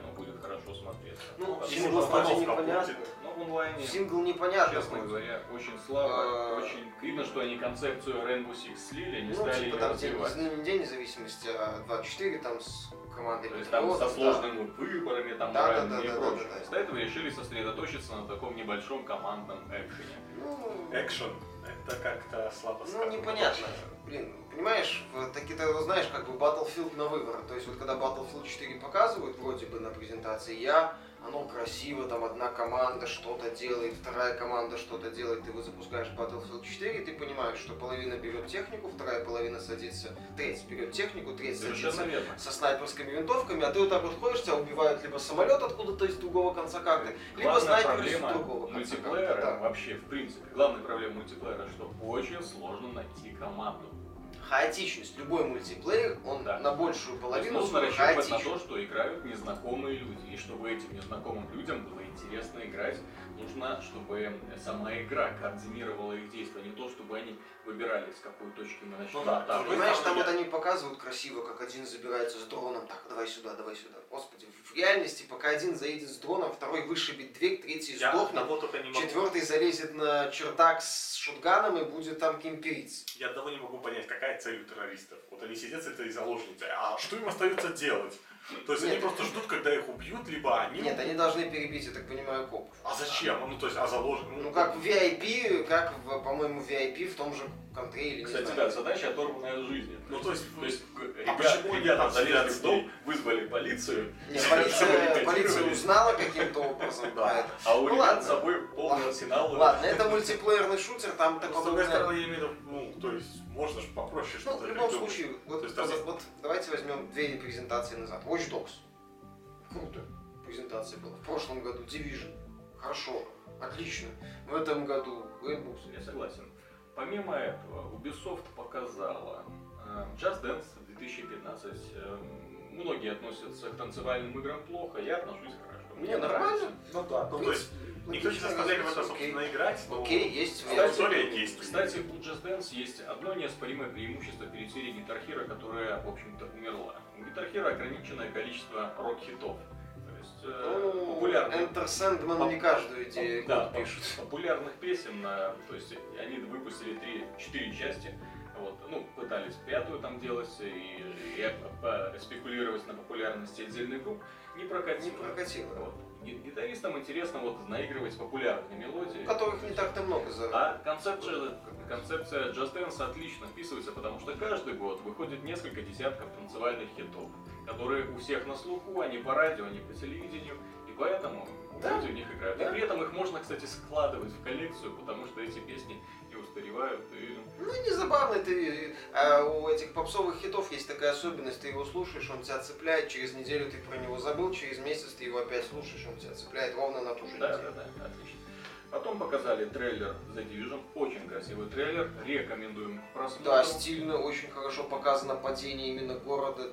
хорошо смотреться. Ну, Потому сингл что вроде остановка непонятно. будет. в онлайне, Сингл непонятно. честно будет. говоря, очень слабо. Очень видно, что они концепцию Rainbow Six слили, не Ну, стали типа ее там день, развивать. день независимости, а 24 там с командой То есть там со Патриотов, сложными выборами, там Да, моральными да, и да, прочим. да. Вместо этого решили сосредоточиться на таком небольшом командном экшене. Ну, Экшен. Это как-то слабо ну, сказано. непонятно. Блин, понимаешь, такие-то, знаешь, как бы Battlefield на выбор. То есть вот когда Battlefield 4 показывают вроде бы на презентации, оно красиво, там одна команда что-то делает, вторая команда что-то делает, ты вот запускаешь Battlefield 4, и ты понимаешь, что половина берет технику, вторая половина садится, третья берет технику, третья Совершенно садится верно. со снайперскими винтовками, а ты вот так вот ходишь, тебя убивают либо самолет откуда-то из другого конца карты, либо Главная снайпер из проблема другого конца карты. мультиплеера, Да. вообще, в принципе, главная проблема мультиплеера, что очень сложно найти команду. Хаотичность. Любой мультиплеер, он Да. на большую То есть половину нужно свою рассчитывать на хаотичен. то, что играют незнакомые люди. И чтобы этим незнакомым людям было интересно играть, нужно, чтобы сама игра координировала их действия. Не то, чтобы они выбирали, с какой точки мы начнем Ну да, атаку. Понимаешь, там вот они показывают красиво, как один забирается с дроном, так, давай сюда, давай сюда. Господи, в реальности, пока один заедет с дроном, второй вышибет дверь, третий Я сдохнет, одного только не могу. четвертый залезет на чердак с шотганом и будет там кемпериться. Я одного не могу понять, какая цель у террористов. Вот они сидят с этой заложницей, а что им остается делать? То есть они Нет. просто ждут, когда их убьют, либо они... Нет, они должны перебить, я так понимаю, копов. А зачем? Ну, то есть, а заложник... Ну, как в VIP, как, по-моему, в VIP в том же контре или не Кстати, знаю. да, задача оторванная от жизни. Ну, то есть... ребята почему они там залезли сидят в дом, вызвали полицию, Не, чтобы полиция репетировали. узнала каким-то образом про Да. это. А у Ну ребят ладно. с собой полный арсенал. Ладно, это мультиплеерный шутер, там Ну, так с другой подобное. стороны, я имею в виду, ну, то есть, можно же попроще Ну, что-то в любом придумать. случае, вот, То есть, там есть- вот давайте возьмем две презентации назад. Watch Dogs. Круто. Презентация была. В прошлом году Division. Хорошо. Отлично. В этом году Rainbow Six. Я согласен. Помимо этого, Ubisoft показала Just Dance 2015. Многие относятся к танцевальным играм плохо, я отношусь хорошо. Мне нормально. Ну да, ну, то есть, никто не заставляет в это, собственно, играть, но... Окей, есть Кстати, версия. история есть. Кстати, у Just Dance есть одно неоспоримое преимущество перед серией Guitar Hero, которая, в общем-то, умерла. У Guitar Hero ограниченное количество рок-хитов. То есть популярных. Enter Sandman не каждую идею Да, год пишет. популярных песен, то есть они выпустили 4 части. Вот, ну, пытались пятую там делать и спекулировать на популярности отдельных групп, не прокатило. Не прокатило. Вот. Гитаристам интересно вот наигрывать популярные мелодии. Которых не так-то много за... А концепция Just Dance отлично вписывается, потому что каждый год выходит несколько десятков танцевальных хитов, которые у всех на слуху, они по радио, они по телевидению, и поэтому Да. люди в них играют. Да. И при этом их можно, кстати, складывать в коллекцию, потому что эти песни не устаревают. И... Ну, не забавно, у этих попсовых хитов есть такая особенность, ты его слушаешь, он тебя цепляет, через неделю ты про него забыл, через месяц ты его опять слушаешь, он тебя цепляет ровно на ту же Да, неделю. да, отлично. Потом показали трейлер The Division, очень красивый трейлер, рекомендуем к просмотру. Да, стильно, очень хорошо показано падение именно города,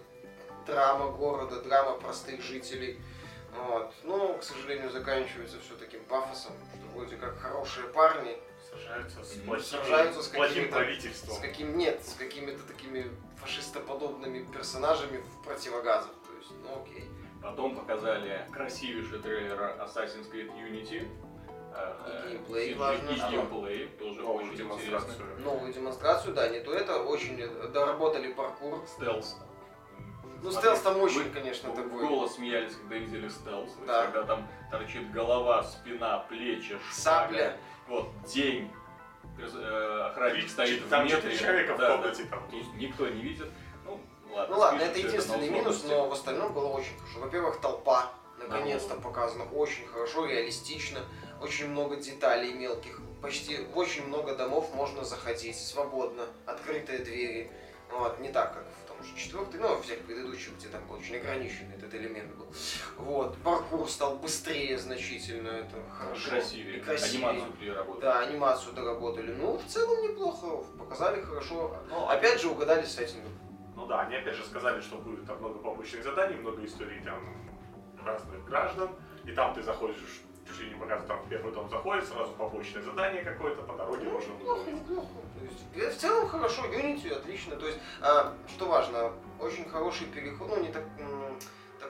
драма простых жителей. Вот. Но, к сожалению, заканчивается все таким пафосом, что вроде как хорошие парни Сражаются с Сражаются с плохим какими-то- правительством. с какими-то такими фашистоподобными персонажами в противогазах. То есть, ну окей. Потом показали красивейший трейлер Assassin's Creed Unity. И геймплей CG важно, и что? геймплей тоже Новую очень демонстрацию. интересно. Новую демонстрацию, да, не то это, очень доработали паркур. Стелс. Ну, Смотри, стелс там очень, вы конечно, в такой. голос смеялись, когда видели стелс. То есть, Да. когда там торчит голова, спина, плечи, Сабля. Вот, день. Охранник стоит в Там метре. 4 человека в Да, комнате. да. Там. То есть никто не видит. Ну ладно, Ну ладно, спишем это всё единственный на минус, условности. но в остальном было очень хорошо. Во-первых, толпа наконец-то показана очень хорошо, реалистично, очень много деталей мелких, почти в очень много домов можно заходить свободно, открытые двери. Вот, не так, как в том же четвертый, но во всех предыдущих, где там очень ограниченный этот элемент был. Вот, паркур стал быстрее значительно, это хорошо. Красивее. И красивее. Анимацию переработали. Да, анимацию доработали. Ну, в целом неплохо, показали хорошо. Но опять же угадали с сеттингом. Ну да, они опять же сказали, что будет там много побочных заданий, много историй там разных граждан. И там ты заходишь, чуть ли не показывают, там в первый дом заходишь, сразу побочное задание какое-то, по дороге можно Неплохо, выполнить. неплохо. То есть, в целом хорошо, Unity отлично. То есть, что важно, очень хороший переход, ну не так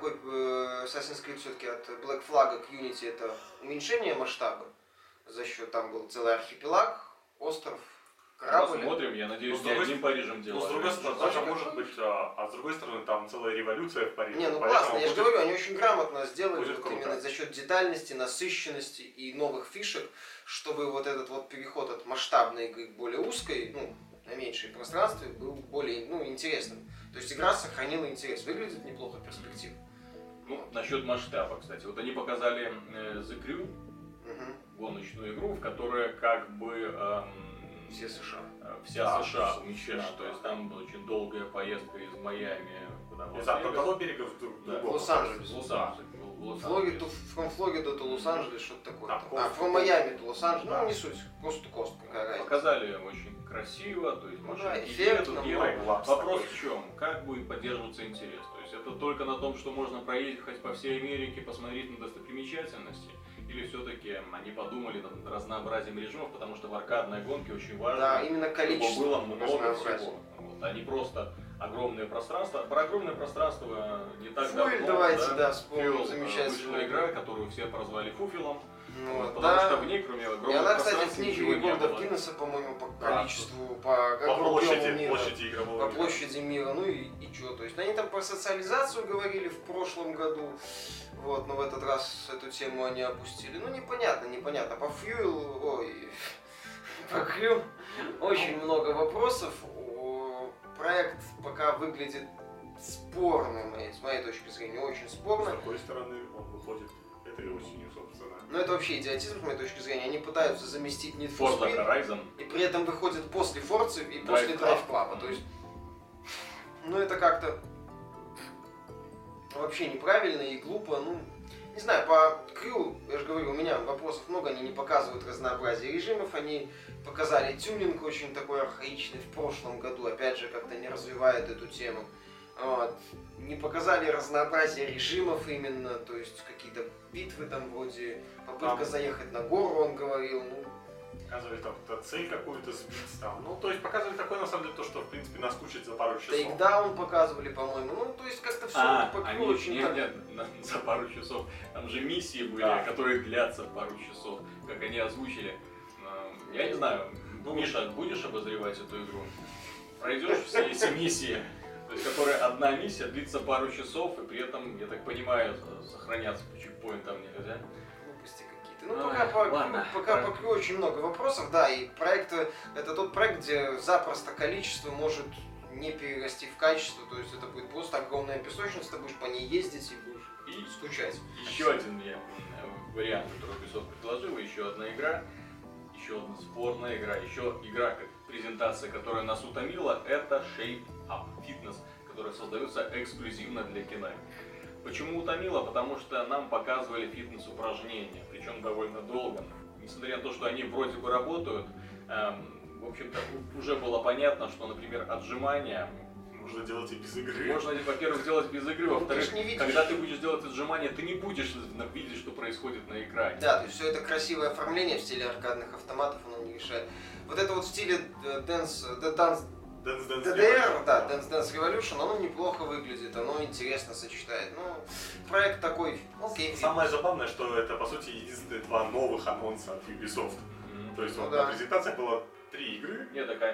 такой Assassin's Creed все-таки от Black Flag к Unity это уменьшение масштаба. За счет там был целый архипелаг, остров, корабль. Посмотрим, я надеюсь, Ну, не одним Парижем Ну, делать. с другой стороны, даже может быть, а с другой стороны, там целая революция в Париже. Не, ну поэтому классно, я же будет- говорю, они очень грамотно сделали будет вот круто. именно за счет детальности, насыщенности и новых фишек, чтобы вот этот вот переход от масштабной игры к более узкой, ну, на меньшее пространстве, был более, ну, интересным. То есть игра сохранила интерес, выглядит неплохо, перспектив. Ну, насчет масштаба, кстати. Вот они показали The Crew, Мгм. гоночную игру, в которой как бы Все США. вся Да, США все умещена. США, То да. есть там очень долгая поездка из Майами куда Из одного берега в Да, другого. Лос-Анджелес. в Лос-Анджелес. В Флорида, Лос-Анджелес. from Florida to Лос-Анджелес, что-то такое. Да, А, coast from to Miami to Лос-Анджелес, Да. ну не суть, coast to coast, какая разница. Показали очень красиво, то есть Ну да, машинки эффектно, едут, ну, едут. Таймлапс Вопрос такой. в чем? Как будет поддерживаться интерес? То есть это только на том, что можно проехать по всей Америке, посмотреть на достопримечательности? Или все-таки они подумали над разнообразием режимов, потому что в аркадной гонке очень важно, Да, именно чтобы количество было много разнообразия. всего. Вот, а не просто огромное пространство. Про огромное пространство не так Фуэль давно, давайте, да, вспомним, Фуэль, замечательная вышла игра, которую все прозвали Фуфелом, Ну, вот, вот, потому да. что в ней, кроме И огромного она, кстати, в пространства, книге ничего не рекордов было. Гиннесса, по-моему, по Да. количеству, по По объему мира, площади игрового по мира. площади мира, ну и что. То есть они там про социализацию говорили в прошлом году, вот, но в этот раз эту тему они опустили. Ну, непонятно. По Fuel, ой, по Crew очень много вопросов. Проект пока выглядит спорным, с моей точки зрения, очень С спорно. другой стороны, он выходит этой осенью, собственно. Но это вообще идиотизм, с моей точки зрения. Они пытаются заместить Need for Forza Speed, Horizon. и при этом выходят после Форцы и Drive после Club. Drive Club. То есть, ну это как-то вообще неправильно и глупо. Ну, не знаю, по Crew, я же говорю, у меня вопросов много, они не показывают разнообразие режимов, они показали тюнинг очень такой архаичный в прошлом году, опять же, как-то не развивает эту тему. Вот. Не показали разнообразие режимов именно, то есть какие-то битвы там вроде, попытка Там. заехать на гору, он говорил, ну, Показывали там цель какую-то сбить там. Ну, то есть показывали такое, на самом деле, то, что, в принципе, наскучит за пару часов. Тейкдаун показывали, по-моему. Ну, то есть как-то все по они, Crew очень так. за пару часов. Там же миссии были, Да. которые длятся пару часов, как они озвучили. Я не знаю, Миша, будешь обозревать эту игру? Пройдешь все эти миссии, то есть которая одна миссия длится пару часов, и при этом, я так понимаю, сохраняться по чекпоинтам нельзя. Глупости какие-то. Ну, Ой, пока, ладно. пока по Crew очень много вопросов, да, и проект, это тот проект, где запросто количество может не перерасти в качество, то есть это будет просто огромная песочница, ты будешь по ней ездить и будешь И скучать. еще один вариант, который Ubisoft предложил, еще одна игра, еще одна спорная игра, еще игра, как презентация, которая нас утомила, это Shape Up Fitness, которая создается эксклюзивно для Kinect. Почему утомила? Потому что нам показывали фитнес-упражнения, причем довольно долго. Несмотря на то, что они вроде бы работают, в общем-то, уже было понятно, что, например, отжимания Можно делать и без игры. можно, во-первых, сделать без игры, Ну, во-вторых, ты ж не видишь. когда ты будешь делать отжимания, ты не будешь видеть, что происходит на экране. Да, то есть все это красивое оформление в стиле аркадных автоматов, оно не решает. Вот это вот в стиле Dance Dance DDR, да, Dance Dance Revolution, оно неплохо выглядит, оно интересно сочетает. Ну, проект такой, окей. Самое забавное, что это, по сути, единственные два новых анонса от Ubisoft. То есть Ну вот да. на презентации было 3 игры. Нет, такая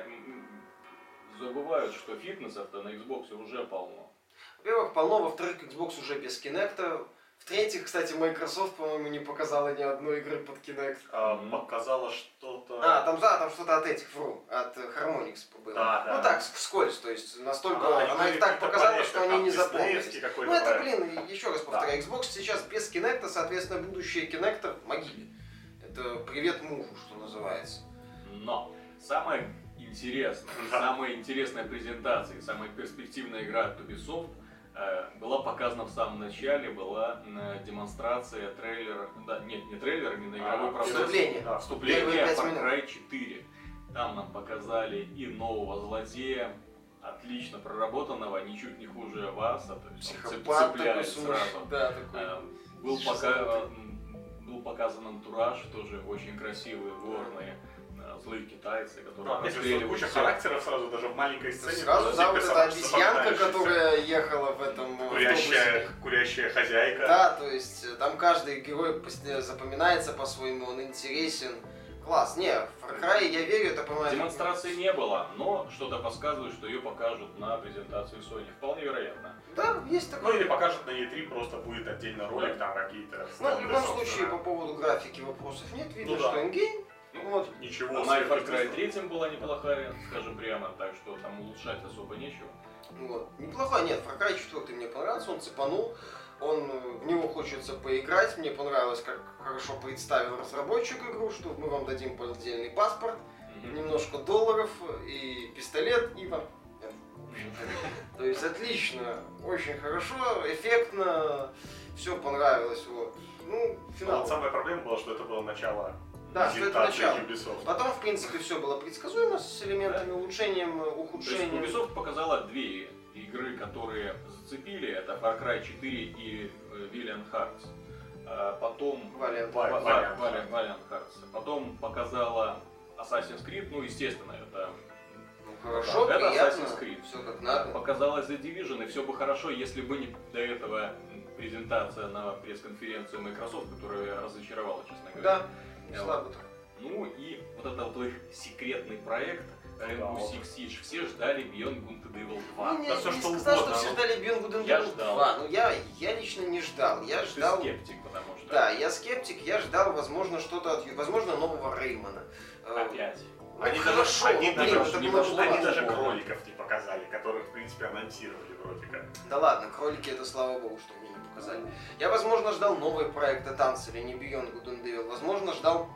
забывают, что фитнесов-то на Xbox уже полно. Во-первых, полно, во-вторых, Xbox уже без Kinect. В-третьих, кстати, Microsoft, по-моему, не показала ни одной игры под Kinect. Показала что-то... Там что-то от этих, от Harmonix было. Да, да. Ну так, вскользь, то есть настолько Они она их были так какие-то показала, проекты, что они там не диснеевский запомнились. какой-то Ну это, проект. блин, еще раз повторяю, Xbox сейчас без Kinect, соответственно, будущее Kinect в могиле. Это привет мужу, что называется. Но самое интересное, самая интересная презентация, самая перспективная игра от Ubisoft была показана в самом начале, была демонстрация трейлера, да, нет, не трейлера, не игровой процесс, вступление. Да, вступление Первые 5 Far минут. Cry 4. Там нам показали и нового злодея, отлично проработанного, ничуть не хуже вас, то есть он Психопат такой цепляет сумасшедший. сразу. Да, такой. Был показан антураж, тоже очень красивые, горные, злые китайцы, которые Да, куча расстреливают всех. характеров сразу, даже в маленькой сцене. Сразу, все да, вот эта персонажи обезьянка, запоминающиеся. которая ехала в этом автобусе. Курящая хозяйка. Да, то есть там каждый герой запоминается по-своему, он интересен. Класс. Не, в Far Cry я верю, это, по-моему... Демонстрации не было, но что-то подсказывает, что ее покажут на презентации Sony. Вполне вероятно. Да, есть Ну такое. или покажет на E3, просто будет отдельно ролик, там какие-то... Ну, в любом собственно. случае, по поводу графики вопросов нет. Видно, Ну да. что ингейм. Вот. Ничего. Она и Far Cry сверхъестественного. 3 была неплохая, скажем прямо, так что там улучшать особо нечего. Вот. Неплохой, нет, Far Cry 4 мне понравился, он цепанул. В него хочется поиграть. Мне понравилось, как хорошо представил разработчик игру, что мы вам дадим поддельный паспорт, немножко долларов и пистолет, и вам... То есть отлично, очень хорошо, эффектно, все понравилось. Вот. Ну, Ну, финал. вот самая проблема была, что это было начало Да, что это презентации начало. Ubisoft. Потом, в принципе, все было предсказуемо с элементами улучшением, То есть ухудшением. Ubisoft показала две игры, которые зацепили. Это Far Cry 4 и Valiant Hearts. А потом Valiant. Valiant Hearts. Потом показала Assassin's Creed, ну, естественно, это Ну, хорошо, это приятно, Assassin's Creed. все как надо. Показала The Division, и все бы хорошо, если бы не до этого презентация на пресс-конференцию Microsoft, которая разочаровала, честно говоря. Да, слабо так. Ну и вот это вот их секретный проект Rainbow Да, Six Siege. Все ждали Beyond Good and Evil 2. Ну, да не всё, не что сказал, угодно, что все ну. ждали Beyond Good and Я Evil ждал. 2. Ну, я лично не ждал. Я Ты ждал... скептик, потому что... Да, я скептик, я ждал, возможно, что-то от... Возможно, нового Реймана. Опять. Ну, Они хорошо, даже, они ну, блин, даже, это не было может- они важно. даже кроликов не показали, которых, в принципе, анонсировали вроде как. Да ладно, кролики это слава богу, что мне не показали. Я, возможно, ждал новые проекты танца, или не Beyond Good and Evil. Возможно, ждал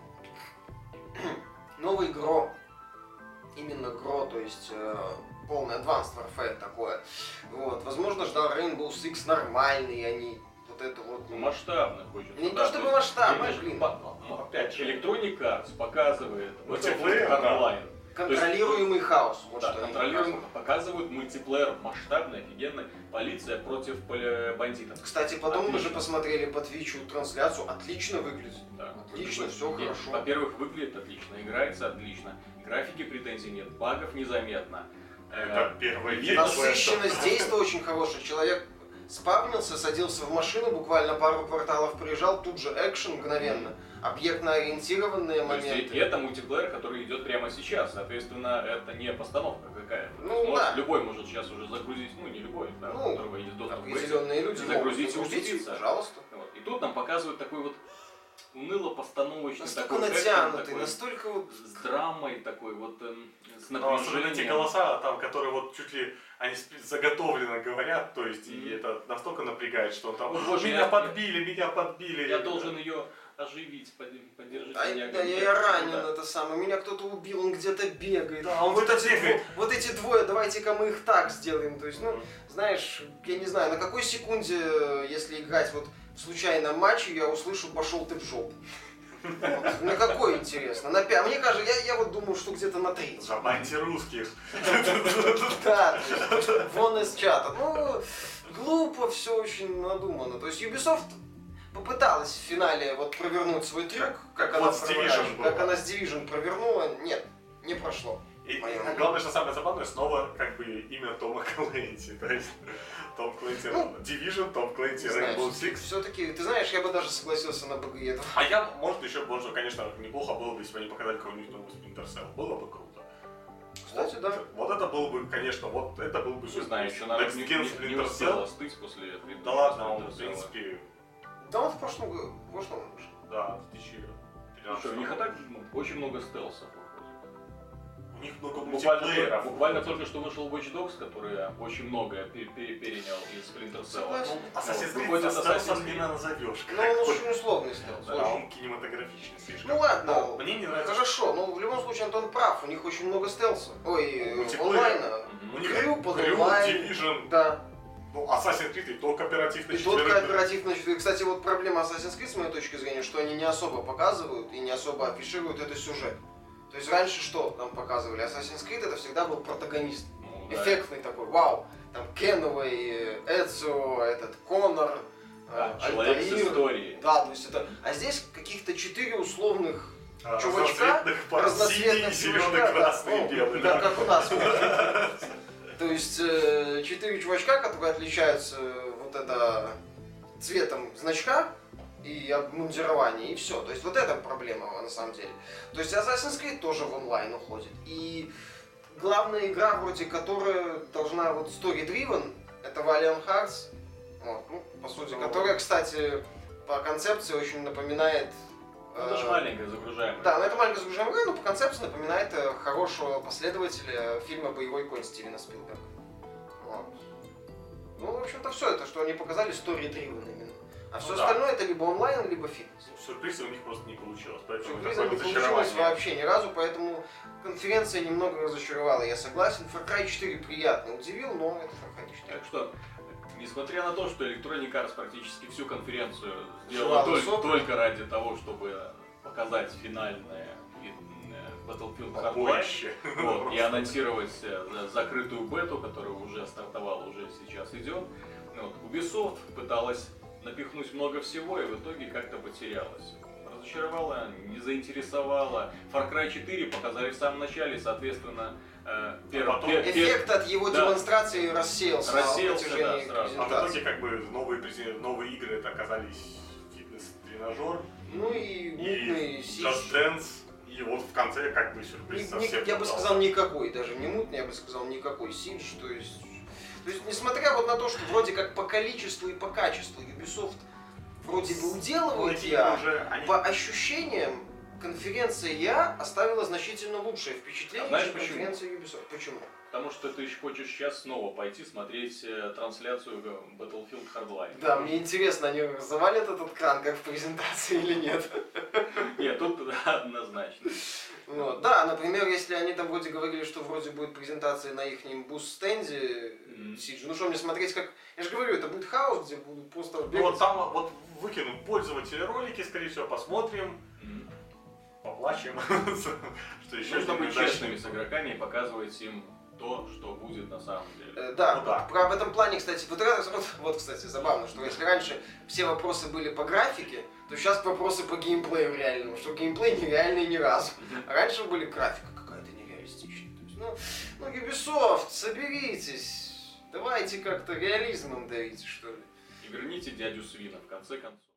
новый Гро. Именно Гро, то есть полный Advanced Warfare такое. Вот. Возможно, ждал Rainbow Six нормальный, они вот это вот... Ну, масштабно хочется. Не то да, чтобы есть, масштабно, видишь, блин. Опять же, Electronic Arts показывает Мультиплеер, да. онлайн. Контролируемый хаос. Вот Да, что они контролируем, показывают мультиплеер масштабный, офигенный. Полиция против бандитов. Кстати, потом мы же Отлично. посмотрели по Твичу трансляцию, отлично выглядит. Да. Отлично, все Нет, хорошо. Во-первых, выглядит отлично, играется отлично. Графики претензий нет, багов незаметно. Это первая видно, идея. Насыщенность действия очень хорошая. Человек спавнился, садился в машину, буквально пару кварталов приезжал, тут же экшен мгновенно. Объектно-ориентированные То есть моменты. и это мультиплеер, который идет прямо сейчас. Соответственно, это не постановка какая-то. Ну, То есть, да. Любой может сейчас уже загрузить, ну не любой, да, Ну, у которого есть доступ к бете. Определенные люди Загрузите, могут загрузить, уступиться. пожалуйста. Вот. И тут нам показывают такой вот уныло-постановочный Настолько такой экшен, натянутый, такой настолько вот... с драмой такой вот, с Но особенно эти напряжением. голоса, там, которые вот чуть ли они заготовленно говорят, то есть и Мгм. это настолько напрягает, что он там О, боже, меня я- подбили. Я должен ее оживить, поддержать Да, меня. да, я ранен, это самое. Меня кто-то убил, он где-то бегает. Да, он вот, где-то эти бегает. вот эти двое, давайте-ка мы их так сделаем. То есть, ну, знаешь, я не знаю, на какой секунде, если играть вот в случайном матче, я услышу «пошел ты в жопу». Вот. На какой, интересно? На 5. Мне кажется, я вот думаю, что где-то на 3. Забаньте русских. Да, то есть, вон из чата. Ну, глупо, все очень надумано. То есть Ubisoft попыталась в финале вот провернуть свой трюк, как вот она с провела, Division было. как она с Division провернула. Нет, не прошло. И Понятно. главное, что самое забавное, снова как бы имя Тома Клэнси. То есть Том Клэнси Ну, Division, Том Клэнси Rainbow Six. Все-таки, ты знаешь, я бы даже согласился на БГЕ 2. А я, может, еще, конечно, неплохо было бы, если бы они показали какой-нибудь новый Splinter Cell. Было бы круто. Кстати, да. Вот это было бы, конечно, вот это был бы Не знаю, еще Next народ Gen не Splinter успел Cell. остыть после предыдущего Да ладно, он, Splinter в Cell'а. принципе, Да он в прошлом году вышел. да, в 2013. Слушай, у них и так очень много стелсов выходит. У них много Буквально, мультиплееров. буквально только что вышел Watch Dogs, который очень многое перенял из Splinter Cell. Согласен. Assassin's Вот, Creed выходит стелсом Assassin's не Creed. назовешь. Ну, он очень условный стелс. Да, очень. он кинематографичный слишком. Ну ладно, Но мне не нравится, хорошо, но в любом случае Антон прав, у них очень много стелса. Ой, Мультиплеер. онлайна. У них Крю под Crew, онлайн. Division, Да. ну, Assassin's Creed и то кооператив на И тот четверых. кооператив на четверых. Кстати, вот проблема Assassin's Creed, с моей точки зрения, что они не особо показывают и не особо афишируют это сюжет. То есть раньше что нам показывали? Assassin's Creed это всегда был протагонист. Ну, да. Эффектный такой, вау. Там Кенуэй, Эцио, этот Конор, Да, человек с Альтаир. историей. Да, то есть это... А здесь каких-то 4 условных чувачка, разноцветных синий, зеленый, чувачка, красный, да, белый. да, как у нас. То есть 4 чувачка, которые отличаются вот это цветом значка и обмундирования, и все. То есть вот это проблема на самом деле. То есть Assassin's Creed тоже в онлайн уходит. И главная игра, вроде которая должна вот story-driven, это Valiant Hearts. Вот, ну, по сути, которая, кстати, по концепции очень напоминает... Это же маленькая загружаемая. Да, но это маленькая загружаемая игра, но по концепции напоминает хорошего последователя фильма «Боевой конь» Стивена Спилберга. Вот. Ну, в общем-то, все это, что они показали, story-driven именно. А все остальное это либо онлайн, либо фитнес. Сюрприза у них просто не получилось, поэтому Сюрприза не получилось вообще ни разу, поэтому конференция немного разочаровала, я согласен. Far Cry 4 приятно удивил, но это Far Cry 4. Так что, несмотря на то, что Electronic Arts практически всю конференцию сделала только ради того, чтобы показать финальное Battlefield Hardline, вот, и анонсировать закрытую бету, которая уже стартовала, уже сейчас идет, вот, Ubisoft пыталась напихнуть много всего и в итоге как-то потерялась. Разочаровала, не заинтересовала. Far Cry 4 показали в самом начале, соответственно, эффект от его демонстрации рассеялся на протяжении сразу. А в итоге как бы новые игры это оказались фитнес-тренажер, ну и мутный Just Dance, и вот в конце как бы сюрприз совсем. Я бы сказал никакой, даже не мутный, я бы сказал никакой Siege, то есть несмотря вот на то, что вроде как по количеству и по качеству Ubisoft вроде бы уделывает по ощущениям конференция EA оставила значительно лучшее впечатление, чем конференция Ubisoft. Почему? Потому что ты хочешь сейчас снова пойти смотреть трансляцию Battlefield Hardline. Да, мне интересно, они завалят этот кран как в презентации или нет? Нет, тут однозначно. Вот. Да, например, если они там вроде говорили, что вроде будет презентация на их буст-стенде Siege, ну что мне смотреть как... Я же говорю, это будет хаос, где будут просто бегать. Ну вот там вот выкинем пользователи ролики, скорее всего, посмотрим, поплачем. Что еще нужно быть честными с игроками и показывать им то, что будет на самом деле. Да, в этом плане, кстати, вот, кстати, забавно, что если раньше все вопросы были по графике, то сейчас вопросы по геймплею реальному, что геймплей нереальный ни разу. А раньше были графика какая-то нереалистичная. То есть, ну, Ubisoft, соберитесь, давайте как-то реализмом давите, что ли. И верните дядю Свина, в конце концов.